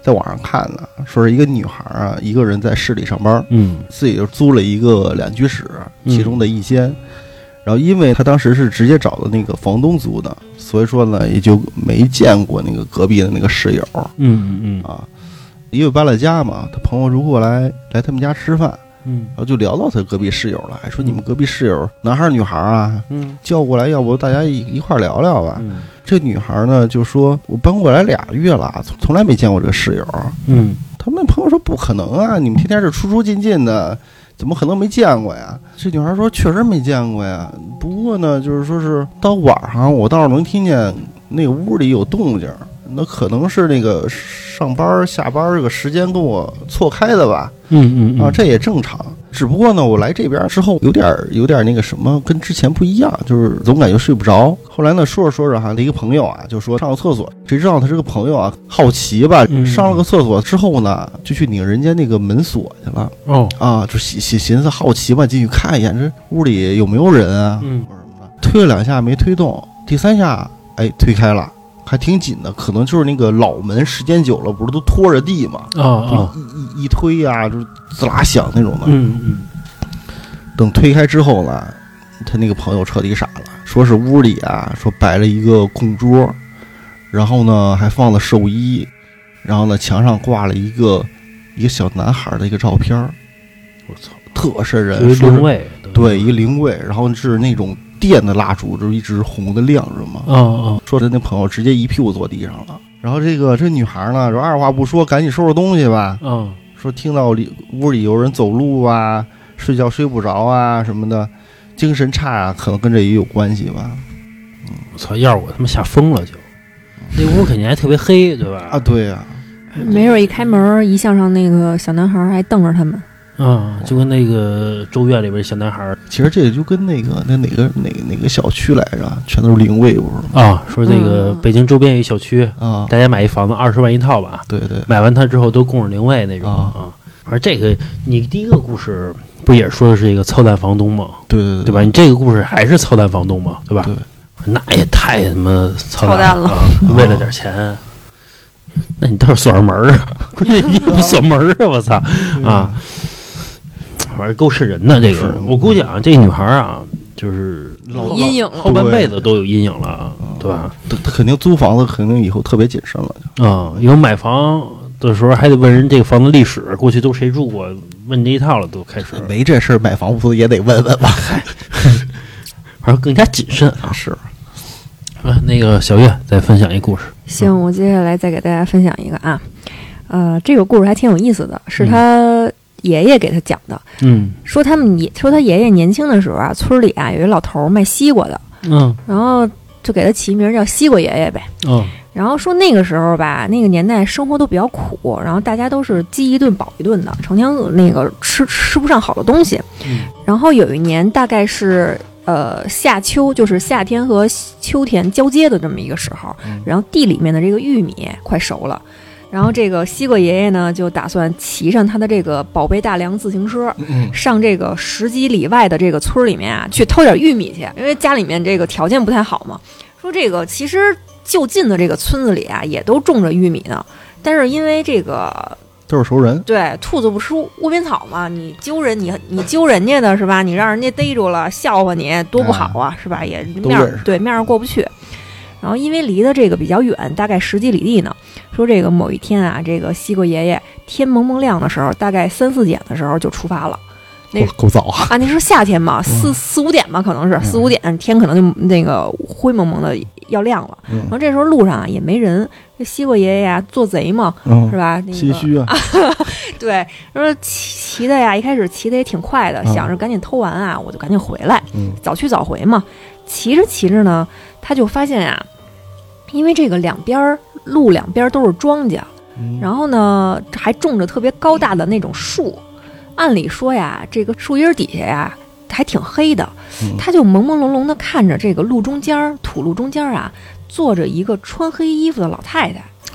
在网上看的，说是一个女孩啊，一个人在市里上班， 嗯， 自己就租了一个两居室，其中的一间。嗯，然后因为他当时是直接找的那个房东租的，所以说呢也就没见过那个隔壁的那个室友。 嗯嗯啊，因为搬了家嘛，他朋友如果来来他们家吃饭， 嗯，然后就聊到他隔壁室友了，还说你们隔壁室友男孩女孩啊， 嗯， 叫过来，要不大家一一块聊聊吧。 嗯， 这女孩呢就说，我搬过来俩月了，从从来没见过这个室友。 嗯， 他们朋友说不可能啊，你们天天是出出进进的，怎么可能没见过呀？这女孩说确实没见过呀，不过呢就是说是到晚上我倒是能听见那个屋里有动静，那可能是那个上班下班这个时间跟我错开的吧。 嗯嗯啊，这也正常。只不过呢，我来这边之后有点有点那个什么，跟之前不一样，就是总感觉睡不着。后来呢，说着说着哈，一个朋友啊就说上个厕所，谁知道他这个朋友啊好奇吧， 嗯、 上了个厕所之后呢，就去拧人家那个门锁去了。 哦啊，就寻寻寻思好奇吧，进去看一眼这屋里有没有人啊， 嗯， 或者什么的。推了两下没推动，第三下哎推开了。还挺紧的，可能就是那个老门，时间久了不是都拖着地嘛？ 啊啊， 一一一推呀、啊，就是滋啦响那种的。 嗯嗯。 等推开之后呢，他那个朋友彻底傻了，说是屋里啊，说摆了一个供桌，然后呢还放了寿衣，然后呢墙上挂了一个一个小男孩的一个照片。我操，特瘆人！ 灵位， 对，一个灵位，然后是那种。电的蜡烛就是一直红的亮着嘛。 哦哦， 说他那朋友直接一屁股坐地上了。然后这个这女孩呢，说二话不说，赶紧收拾东西吧。 嗯， 说听到里屋里有人走路啊，睡觉睡不着啊什么的，精神差啊，可能跟这也有关系吧。 嗯，我操，要是我他妈吓疯了就，那屋肯定还特别黑，对吧？ 啊，对呀、 啊，没准一开门，一向上那个小男孩还瞪着他们。 啊、嗯，就跟那个咒怨里边小男孩， 其实这也就跟那个那哪个哪个哪个小区来着，全都是灵位，不是吗？ 啊，说这个北京周边有一小区啊， 大家买一房子二十万一套吧， 对对， 买完它之后都供着灵位那种啊。而这个你第一个故事不也说的是这个操蛋房东吗？ 对对对， 对吧？你这个故事还是操蛋房东嘛，对吧？ 对， 那也太他妈操蛋了， 啊、为了点钱。那你倒是锁上门啊？关键你不锁门啊！我操啊！反正够瘆人的这个，我估计啊，这女孩啊，就是阴影了， 后半辈子都有阴影了，对吧？ 她肯定租房子，肯定以后特别谨慎了啊。以后买房的时候还得问人这个房子历史，过去都谁住过，问这一套了，都开始没这事儿，买房不也得问问吧？ 反正更加谨慎啊。 是啊，那个小月再分享一故事。 行，我接下来再给大家分享一个啊，呃，这个故事还挺有意思的，是他。爷爷给他讲的， 嗯， 说他们爷说他爷爷年轻的时候啊，村里啊有一老头卖西瓜的， 嗯， 然后就给他起名叫西瓜爷爷呗， 嗯， 然后说那个时候吧，那个年代生活都比较苦，然后大家都是饥一顿饱一顿的，成天那个吃吃不上好的东西， 嗯， 然后有一年大概是呃夏秋，就是夏天和秋天交接的这么一个时候，然后地里面的这个玉米快熟了。然后这个西瓜爷爷呢，就打算骑上他的这个宝贝大梁自行车， 嗯、 上这个十几里外的这个村里面啊，去偷点玉米去，因为家里面这个条件不太好嘛。说这个其实就近的这个村子里啊，也都种着玉米呢，但是因为这个都是熟人， 对，兔子不吃窝边草嘛，你揪人你你揪人家的是吧？你让人家逮住了，笑话你多不好啊，哎、是吧？也面对面上过不去。然后因为离的这个比较远，大概十几里地呢。说这个某一天啊，这个西瓜爷爷天蒙蒙亮的时候，大概三四点的时候就出发了。那够早啊！ 啊，那是夏天嘛，四、嗯、四五点吧，可能是、嗯、四五点，天可能就那个灰蒙蒙的要亮了。嗯、然后这时候路上啊也没人，这西瓜爷爷呀、啊、做贼嘛，嗯、是吧？那个唏嘘啊。 对，说骑骑的呀，一开始骑的也挺快的，嗯、想着赶紧偷完啊，我就赶紧回来， 嗯、 早去早回嘛。骑着骑着呢，他就发现呀、啊，因为这个两边路两边都是庄稼， 嗯、 然后呢还种着特别高大的那种树。按理说呀，这个树荫底下呀还挺黑的， 嗯、 他就朦朦胧胧的看着这个路中间土路中间啊，坐着一个穿黑衣服的老太太。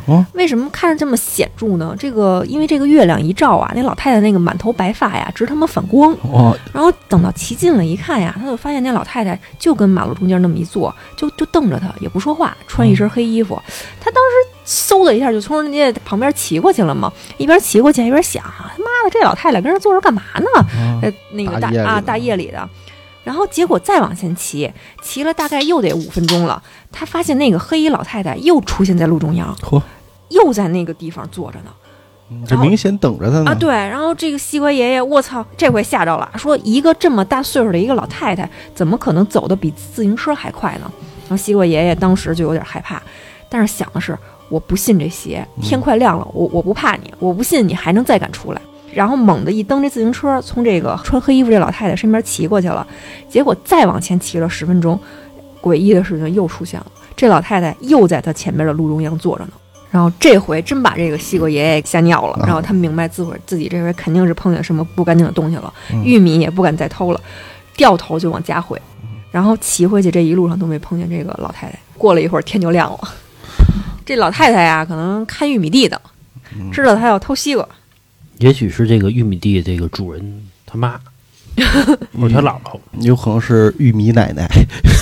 哦， 为什么看着这么显著呢？这个因为这个月亮一照啊，那老太太那个满头白发呀，直他妈反光。 哦， 然后等到骑近了一看呀，他就发现那老太太就跟马路中间那么一坐，就就瞪着他，也不说话，穿一身黑衣服。他当时嗖的一下就从人家旁边骑过去了嘛，一边骑过去一边想，他妈的这老太太跟这坐着干嘛呢？ 哦、 呃，那个大大啊大夜里的。然后结果再往前骑，骑了大概又得五分钟了，他发现那个黑衣老太太又出现在路中央，又在那个地方坐着呢。 这明显等着他呢啊！对，然后这个西瓜爷爷，我操，这回吓着了，说一个这么大岁数的一个老太太，怎么可能走得比自行车还快呢？然后西瓜爷爷当时就有点害怕，但是想的是，我不信这邪，天快亮了，我我不怕你，我不信你还能再敢出来。然后猛地一蹬这自行车，从这个穿黑衣服这老太太身边骑过去了。结果再往前骑了十分钟，诡异的事情又出现了，这老太太又在他前边的路中央坐着呢。然后这回真把这个西瓜爷爷吓尿了，然后他明白自个儿自己这回肯定是碰见什么不干净的东西了，玉米也不敢再偷了，掉头就往家回。然后骑回去这一路上都没碰见这个老太太。过了一会儿天就亮了，这老太太呀可能看玉米地的，知道他要偷西瓜。 也许是这个玉米地这个主人他妈或者他姥姥， 有可能是玉米奶奶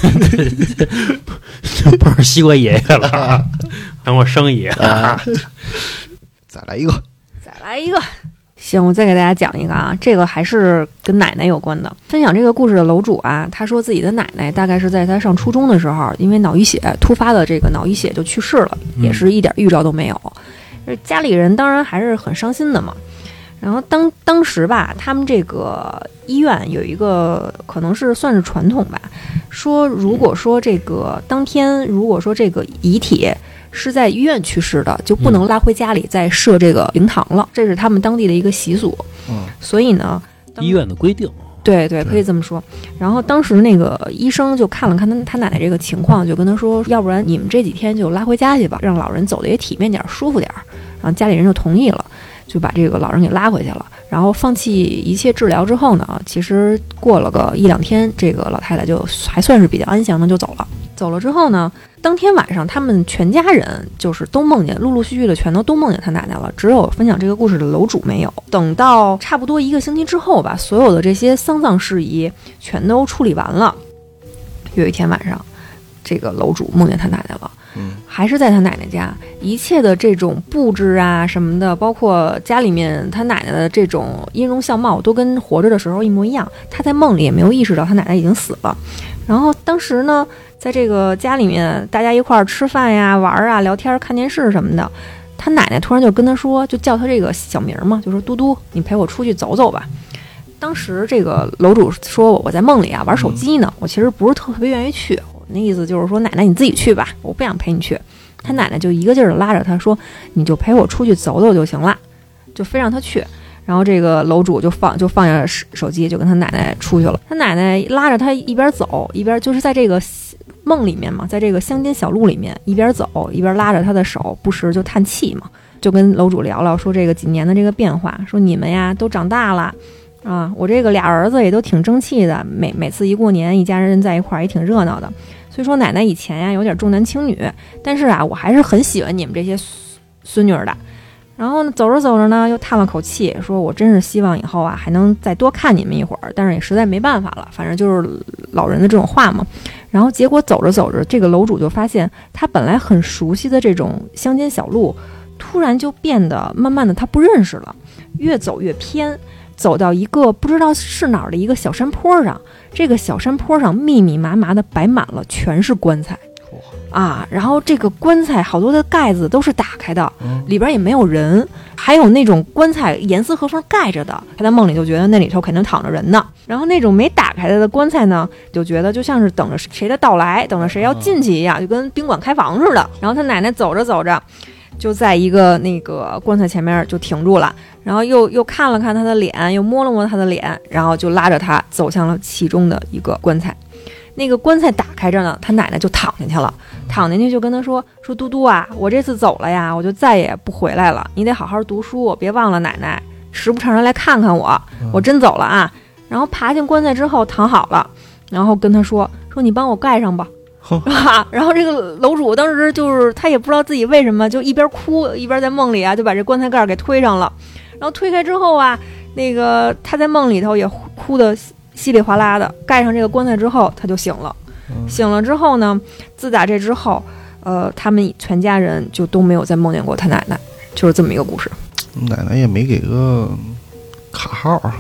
不是西瓜爷爷了当我生意啊再来一个再来一个行，我再给大家讲一个啊，这个还是跟奶奶有关的。分享这个故事的楼主啊，他说自己的奶奶大概是在他上初中的时候，因为脑溢血突发的这个脑溢血就去世了，也是一点预兆都没有。嗯、家里人当然还是很伤心的嘛。然后当当时吧，他们这个医院有一个可能是算是传统吧，说如果说这个当天如果说这个遗体是在医院去世的，就不能拉回家里再设这个灵堂了，这是他们当地的一个习俗。 嗯， 所以呢， 医院的规定。 对对，可以这么说。然后当时那个医生就看了看他他奶奶这个情况，就跟他说，要不然你们这几天就拉回家去吧，让老人走的也体面点，舒服点。然后家里人就同意了。就把这个老人给拉回去了，然后放弃一切治疗之后呢，其实过了个一两天，这个老太太就还算是比较安详的就走了。走了之后呢，当天晚上他们全家人就是都梦见，陆陆续续的全都都梦见他奶奶了，只有分享这个故事的楼主没有。等到差不多一个星期之后吧，所有的这些丧葬事宜全都处理完了。有一天晚上，这个楼主梦见他奶奶了。 嗯， 还是在他奶奶家，一切的这种布置啊什么的，包括家里面他奶奶的这种音容相貌，都跟活着的时候一模一样。他在梦里也没有意识到他奶奶已经死了。然后当时呢，在这个家里面，大家一块儿吃饭呀、玩啊、聊天、看电视什么的，他奶奶突然就跟他说，就叫他这个小名嘛，就说嘟嘟，你陪我出去走走吧。当时这个楼主说我在梦里啊玩手机呢，我其实不是特别愿意去。那意思就是说，奶奶你自己去吧，我不想陪你去。他奶奶就一个劲儿的拉着他说，你就陪我出去走走就行了，就非让他去。然后这个楼主就放就放下手机，就跟他奶奶出去了。他奶奶拉着他一边走一边，就是在这个梦里面嘛，在这个乡间小路里面一边走一边拉着他的手，不时就叹气嘛，就跟楼主聊聊说这个几年的这个变化，说你们呀都长大了。啊，我这个俩儿子也都挺争气的，每每次一过年，一家人在一块儿也挺热闹的。所以说奶奶以前呀有点重男轻女，但是啊，我还是很喜欢你们这些孙女儿的。然后呢，走着走着呢，又叹了口气，说我真是希望以后啊还能再多看你们一会儿，但是也实在没办法了，反正就是老人的这种话嘛。然后结果走着走着，这个楼主就发现他本来很熟悉的这种乡间小路，突然就变得慢慢的他不认识了，越走越偏。走到一个不知道是哪儿的一个小山坡上，这个小山坡上密密麻麻的摆满了全是棺材啊，然后这个棺材好多的盖子都是打开的，里边也没有人，还有那种棺材严丝合缝盖着的，他在梦里就觉得那里头肯定躺着人呢。然后那种没打开的棺材呢，就觉得就像是等着谁的到来，等着谁要进去一样，就跟宾馆开房似的。然后他奶奶走着走着就在一个那个棺材前面就停住了，然后又又看了看他的脸，又摸了摸他的脸，然后就拉着他走向了其中的一个棺材。那个棺材打开着呢，他奶奶就躺进去了，躺进去就跟他说说嘟嘟啊，我这次走了呀，我就再也不回来了，你得好好读书，别忘了奶奶，时不常人来看看我，我真走了啊。然后爬进棺材之后躺好了，然后跟他说说你帮我盖上吧。 啊，然后这个楼主当时就是他也不知道自己为什么就一边哭一边在梦里啊就把这棺材盖给推上了，然后推开之后啊，那个他在梦里头也哭得稀里哗啦的，盖上这个棺材之后他就醒了，嗯、醒了之后呢，自打这之后，呃，他们全家人就都没有再梦见过他奶奶，就是这么一个故事。 奶奶也没给个卡号啊。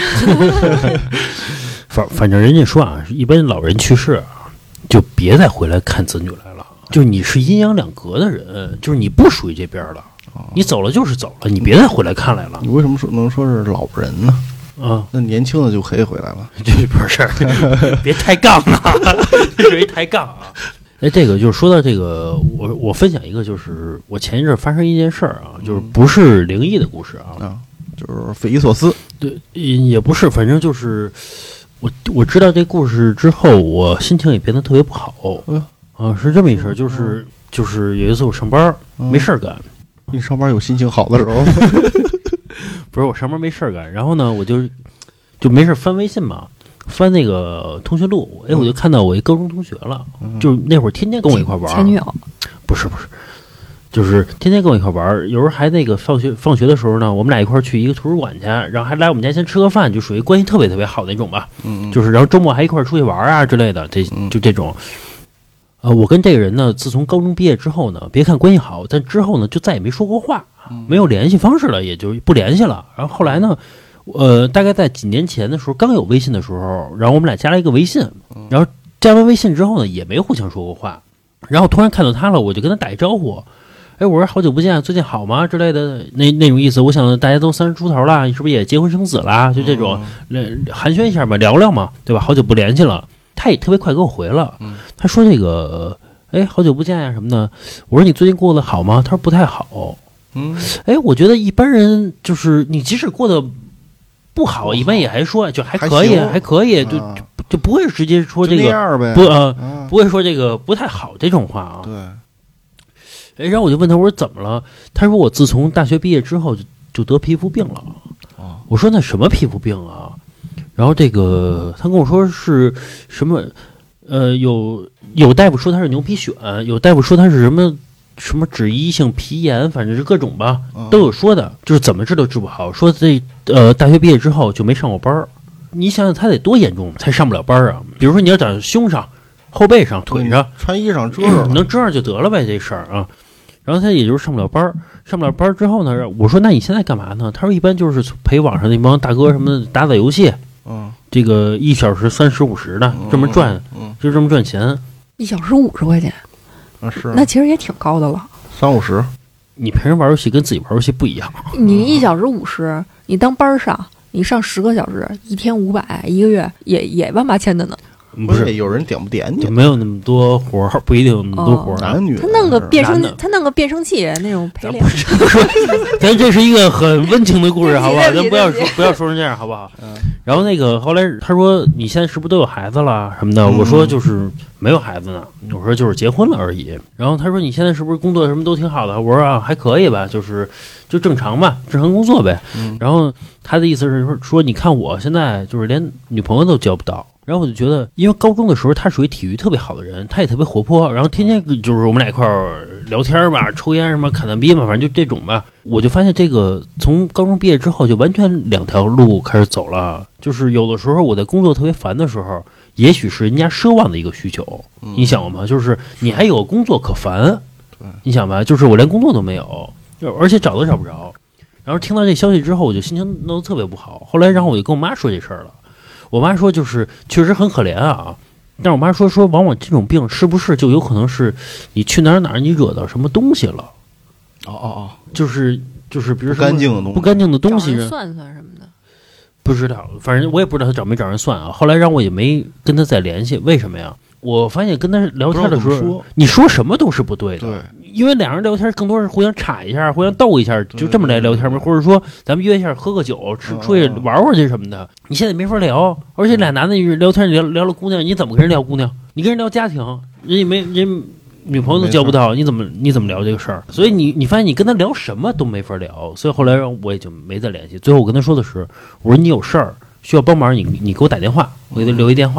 反反正人家说啊，一般老人去世就别再回来看子女来了，就是你是阴阳两隔的人，就是你不属于这边了，你走了就是走了，你别再回来看来了。 你为什么说能说是老人呢？ 啊， 那年轻的就可以回来了， 这不是别抬杠啊，这是一抬杠啊。哎，这个就是说到这个，我我分享一个，就是我前一阵发生一件事儿啊，就是不是灵异的故事啊， 啊，就是匪夷所思。 对，也不是，反正就是我我知道这故事之后，我心情也变得特别不好。 嗯、 啊，是这么一事儿，就是就是有一次我上班、嗯、没事儿干， 你上班有心情好的时候， 不是我上班没事儿干，然后呢，我就就没事翻微信嘛。翻那个同学录，哎，我就看到我一高中同学了，嗯、就是那会儿天天跟我一块玩。 前女友？ 不是不是，就是天天跟我一块玩。有时候还那个放学放学的时候呢，我们俩一块去一个图书馆去，然后还来我们家先吃个饭，就属于关系特别特别好的那种吧。嗯，就是然后周末还一块出去玩啊之类的，这就这种。呃，我跟这个人呢，自从高中毕业之后呢，别看关系好，但之后呢就再也没说过话，没有联系方式了，也就不联系了。然后后来呢？呃，大概在几年前的时候，刚有微信的时候，然后我们俩加了一个微信，然后加完微信之后呢，也没互相说过话。然后突然看到他了，我就跟他打一招呼，哎，我说好久不见，最近好吗之类的那那种意思。我想大家都三十出头了，你是不是也结婚生子了？就这种，嗯、寒暄一下吧，聊聊嘛，对吧？好久不联系了，他也特别快给我回了，他说这个，哎，好久不见呀、啊、什么的。我说你最近过得好吗？他说不太好。嗯，哎，我觉得一般人就是你即使过得不好，一般也还说就还可以，还, 还可以，就、啊、就就不会直接说这个不呃、啊、不会说这个不太好这种话啊。 对。 哎，然后我就问他，我说怎么了？他说我自从大学毕业之后就就得皮肤病了。哦。我说那什么皮肤病啊？然后这个他跟我说是什么？呃，有有大夫说他是牛皮癣，有大夫说他是什么？什么脂溢性皮炎，反正是各种吧，都有说的，就是怎么治都治不好。说这呃大学毕业之后就没上过班儿，你想想他得多严重才上不了班啊？比如说你要长胸上、后背上、腿上， 穿衣裳遮着、 嗯，能遮上就得了呗，这事儿啊。然后他也就是上不了班儿，上不了班儿之后呢，我说那你现在干嘛呢？他说一般就是陪网上那帮大哥什么的打打游戏，嗯，这个一小时三十五十的这么赚，嗯，就这么赚钱， 一小时五十块钱。 啊是， 那其实也挺高的了， 三五十。 你陪人玩游戏跟自己玩游戏不一样。 你一小时五十，你当班上，你上十个小时，一天五百，一个月也也万八千的呢。 不是有人点不点你？ 没有那么多活儿，不一定有那么多活儿。 男女， 他弄个变声，他弄个变声器那种陪练。 咱这是一个很温情的故事，好不好？咱不要说不要说成这样，好不好？嗯。然后那个后来他说你现在是不是都有孩子了什么的？我说就是没有孩子呢，我说就是结婚了而已。然后他说你现在是不是工作什么都挺好的？我说啊还可以吧，就是就正常吧，正常工作呗。然后他的意思是说说你看我现在就是连女朋友都交不到。然后我就觉得，因为高中的时候他属于体育特别好的人，他也特别活泼，然后天天就是我们俩一块儿聊天吧，抽烟什么砍蛋逼嘛，反正就这种吧。我就发现这个从高中毕业之后就完全两条路开始走了。就是有的时候我在工作特别烦的时候，也许是人家奢望的一个需求，嗯、你想吗？就是你还有工作可烦，你想吧？就是我连工作都没有，而且找都找不着。然后听到这消息之后，我就心情弄得特别不好。后来，然后我就跟我妈说这事儿了。我妈说就是确实很可怜啊，但是我妈说说往往这种病是不是就有可能是你去哪儿哪儿你惹到什么东西了？ 哦哦哦， 就是就是比如说不干净的东西， 不干净的东西， 算算什么的， 不知道，反正我也不知道他找没找人算啊。后来让我也没跟他再联系，为什么呀？我发现跟他聊天的时候， 说你说什么都是不对的， 对， 因为两人聊天更多是互相插一下，互相逗一下，就这么来聊天嘛，或者说咱们约一下喝个酒，吃出去玩会儿去什么的。你现在没法聊，而且俩男的聊天聊聊了姑娘，你怎么跟人聊姑娘？你跟人聊家庭，人也没人女朋友都交不到，你怎么你怎么聊这个事儿？所以你你发现你跟他聊什么都没法聊，所以后来我也就没再联系。最后我跟他说的是，我说你有事儿需要帮忙，你你给我打电话，我给他留一电话。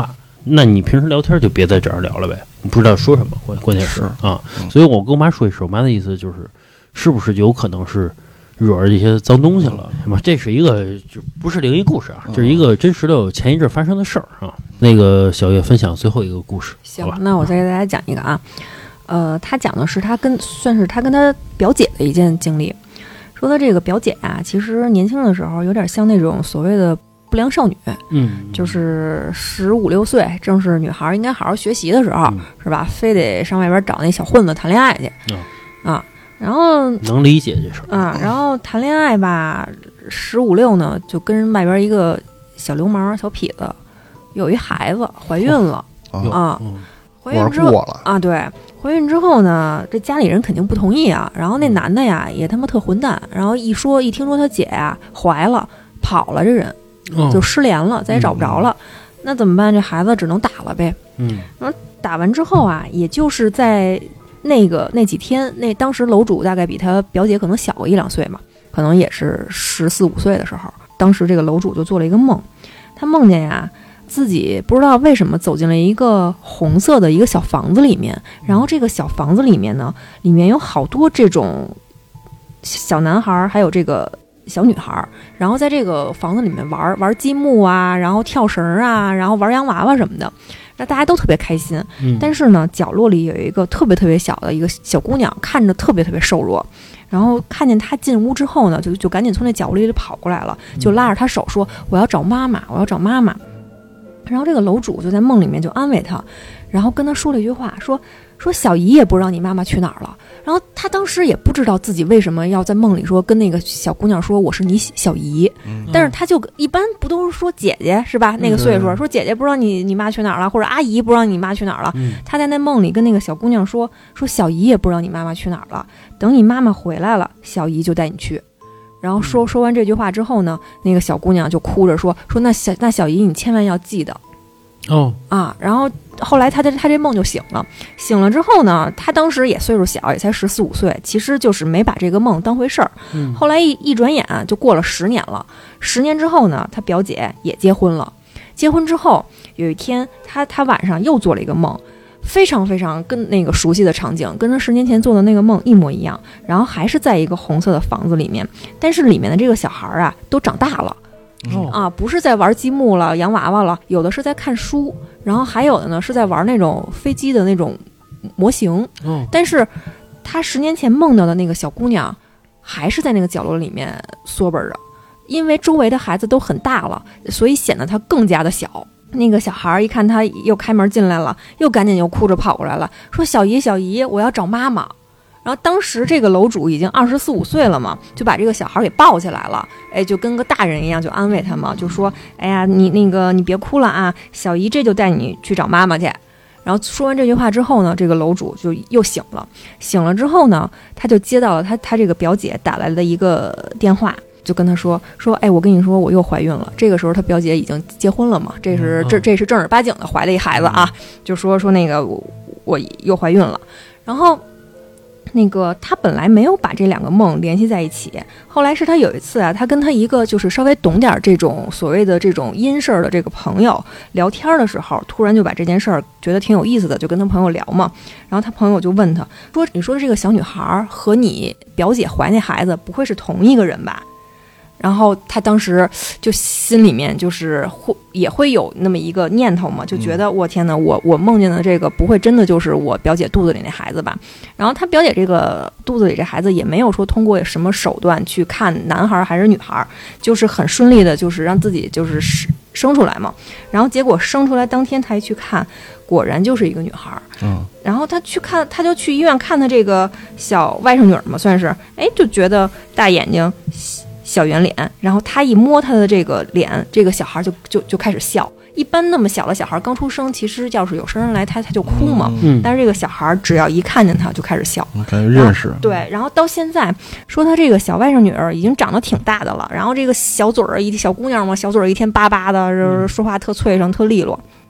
那你平时聊天就别在这儿聊了呗，你不知道说什么，关关键是啊，所以我跟我妈说一声，我妈的意思就是，是不是有可能是惹着这些脏东西了？是吧？这是一个就不是灵异故事啊，这是一个真实的前一阵发生的事儿啊。那个小月分享最后一个故事， 行，那我再给大家讲一个啊，呃，他讲的是他跟算是他跟他表姐的一件经历，说他这个表姐啊，其实年轻的时候有点像那种所谓的不良少女， 嗯， 就是十五六岁，正是女孩应该好好学习的时候，嗯、是吧？非得上外边找那小混子谈恋爱去，嗯、啊。然后能理解这事儿啊，然后谈恋爱吧，十五六呢，就跟外边一个小流氓、小痞子有一孩子，怀孕了、哦、啊，嗯、怀孕之后啊，对，怀孕之后呢，这家里人肯定不同意啊。然后那男的呀，也他妈特混蛋，然后一说一听说他姐呀怀了，跑了，这人、哦、就失联了，再也找不着了。嗯、那怎么办？这孩子只能打了呗。嗯，然后打完之后啊，也就是在。那个那几天，那当时楼主大概比他表姐可能小个一两岁嘛，可能也是十四五岁的时候。当时这个楼主就做了一个梦，他梦见呀自己不知道为什么走进了一个红色的一个小房子里面，然后这个小房子里面呢，里面有好多这种小男孩还有这个小女孩，然后在这个房子里面玩玩积木啊，然后跳绳啊，然后玩洋娃娃什么的。那大家都特别开心，嗯、但是呢，角落里有一个特别特别小的一个小姑娘，看着特别特别瘦弱，然后看见她进屋之后呢，就就赶紧从那角落里跑过来了，就拉着她手说：“我要找妈妈，我要找妈妈。”然后这个楼主就在梦里面就安慰她，然后跟她说了一句话，说说小姨也不知道你妈妈去哪儿了。然后她当时也不知道自己为什么要在梦里说跟那个小姑娘说我是你小姨，嗯、但是她就一般不都是说姐姐是吧？那个岁数、嗯、说姐姐不知道你你妈去哪儿了，或者阿姨不知道你妈去哪儿了。嗯、她在那梦里跟那个小姑娘说说小姨也不知道你妈妈去哪儿了，等你妈妈回来了，小姨就带你去。然后说说完这句话之后呢，那个小姑娘就哭着说说那小那小姨你千万要记得。 哦啊，然后后来他这他这梦就醒了，醒了之后呢，他当时也岁数小，也才十四五岁，其实就是没把这个梦当回事儿。嗯，后来一一转眼就过了十年了，十年之后呢，他表姐也结婚了。结婚之后有一天，他他晚上又做了一个梦，非常非常跟那个熟悉的场景，跟他十年前做的那个梦一模一样，然后还是在一个红色的房子里面，但是里面的这个小孩啊都长大了。哦、啊，不是在玩积木了、洋娃娃了，有的是在看书，然后还有的呢是在玩那种飞机的那种模型。哦、但是他十年前梦到的那个小姑娘，还是在那个角落里面缩本着，因为周围的孩子都很大了，所以显得她更加的小。那个小孩一看他又开门进来了，又赶紧又哭着跑过来了，说：“小姨，小姨，我要找妈妈。”然后当时这个楼主已经二十四五岁了嘛，就把这个小孩给抱起来了，哎，就跟个大人一样，就安慰他嘛，就说：“哎呀，你那个你别哭了啊，小姨这就带你去找妈妈去。”然后说完这句话之后呢，这个楼主就又醒了。醒了之后呢，他就接到了他他这个表姐打来的一个电话，就跟他说说：“哎，我跟你说，我又怀孕了。”这个时候他表姐已经结婚了嘛，这是这这是正儿八经的怀了一孩子啊，就说说那个我我又怀孕了，然后。那个他本来没有把这两个梦联系在一起，后来是他有一次啊，他跟他一个就是稍微懂点这种所谓的这种阴事儿的这个朋友聊天的时候，突然就把这件事儿觉得挺有意思的，就跟他朋友聊嘛。然后他朋友就问他说：“你说的这个小女孩和你表姐怀那孩子不会是同一个人吧？”然后他当时就心里面就是会也会有那么一个念头嘛，就觉得我天哪，我我梦见的这个不会真的就是我表姐肚子里那孩子吧？然后他表姐这个肚子里这孩子也没有说通过什么手段去看男孩还是女孩，就是很顺利的，就是让自己就是生出来嘛。然后结果生出来当天他一去看，果然就是一个女孩。嗯，然后他去看，他就去医院看他这个小外甥女儿嘛，算是，哎，就觉得大眼睛。小圆脸，然后他一摸他的这个脸，这个小孩就就就开始笑。一般那么小的小孩刚出生，其实要是有生人来，他他就哭嘛。嗯，但是这个小孩只要一看见他就开始笑， 感觉认识。 对，然后到现在说他这个小外甥女儿已经长得挺大的了，然后这个小嘴儿一小姑娘嘛，小嘴儿一天巴巴的，说话特脆声特利落。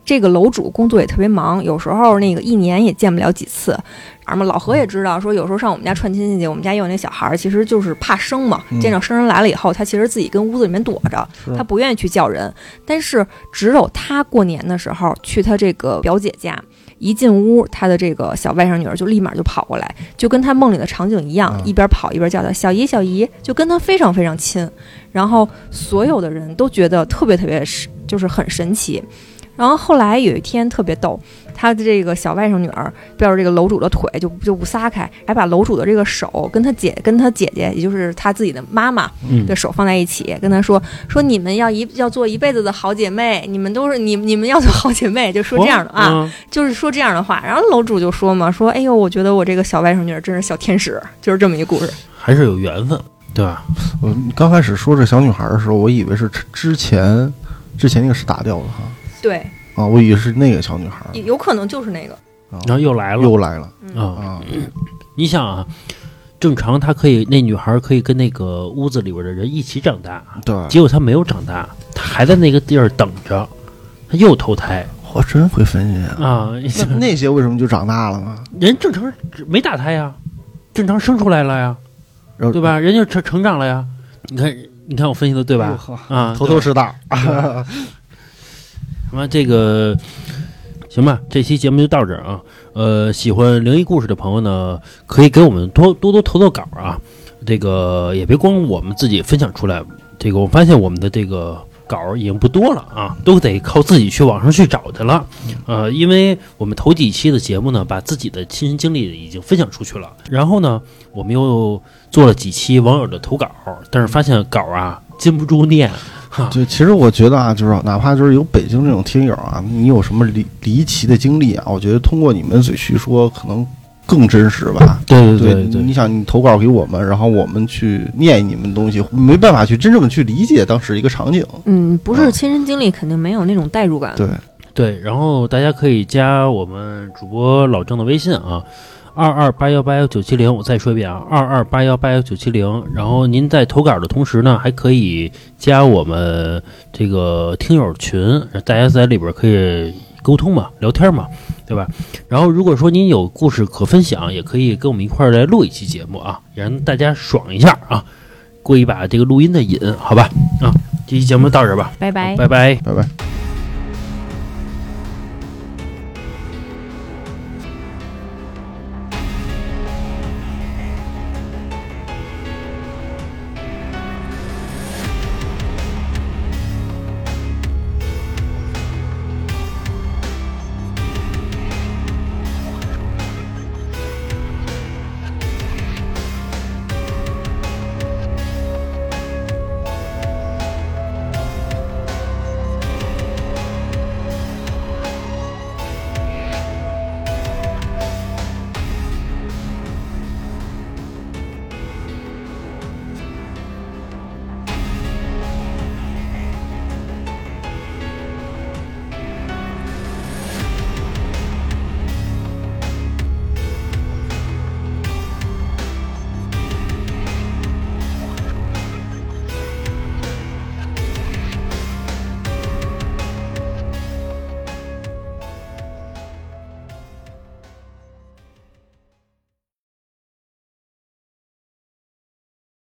这个楼主工作也特别忙，有时候那个一年也见不了几次。而嘛，老何也知道，说有时候上我们家串亲戚去，我们家也有那小孩，其实就是怕生嘛。 嗯、 见着生人来了以后，他其实自己跟屋子里面躲着，他不愿意去叫人。但是只有他过年的时候去他这个表姐家，一进屋，他的这个小外甥女儿就立马就跑过来，就跟他梦里的场景一样，嗯、一边跑一边叫他小姨小姨，就跟他非常非常亲。然后所有的人都觉得特别特别就是很神奇。然后后来有一天特别逗，他的这个小外甥女儿抱着这个楼主的腿就就不撒开，还把楼主的这个手跟他姐跟他姐姐，也就是他自己的妈妈的手放在一起，嗯、跟他说说你们要一要做一辈子的好姐妹，你们都是你你们要做好姐妹，就说这样的啊，哦嗯、就是说这样的话。然后楼主就说嘛，说哎呦，我觉得我这个小外甥女儿真是小天使，就是这么一个故事， 还是有缘分，对吧？ 我刚开始说这小女孩的时候，我以为是之前之前那个是打掉的哈。 对啊，我以为是那个小女孩， 有可能就是那个， 然后又来了， 又来了啊！啊你想啊，正常她可以，那女孩可以跟那个屋子里边的人一起长大， 对， 结果她没有长大，她还在那个地儿等着，她又投胎。 我真会分析啊！啊那那些为什么就长大了呢？ 人正常没打胎呀，正常生出来了呀，对吧？人就成成长了呀。你看，你看我分析的对吧？啊， 头头是道。 那么这个行吧，这期节目就到这儿啊。呃，喜欢灵异故事的朋友呢，可以给我们多多多投投稿啊。这个也别光我们自己分享出来，这个我发现我们的这个稿已经不多了啊，都得靠自己去网上去找去了。呃，因为我们头几期的节目呢，把自己的亲身经历已经分享出去了，然后呢，我们又做了几期网友的投稿，但是发现稿啊禁不住念。 对，其实我觉得啊，就是哪怕就是有北京这种听友啊，你有什么离离奇的经历啊，我觉得通过你们嘴叙说，可能更真实吧。 对对对, 对, 对你想你投稿给我们，然后我们去念你们的东西，没办法去真正的去理解当时一个场景。 嗯，不是亲身经历，肯定没有那种代入感。 对对，然后大家可以加我们主播老郑的微信啊。二二八幺八幺九七零，我再说一遍啊，二二八幺八幺九七零。然后您在投稿的同时呢，还可以加我们这个听友群，大家在里边可以沟通嘛，聊天嘛，对吧？然后如果说您有故事可分享，也可以跟我们一块儿来录一期节目啊，也让大家爽一下啊，过一把这个录音的瘾，好吧？啊，这期节目到这儿吧， 拜拜， 拜拜， 拜拜。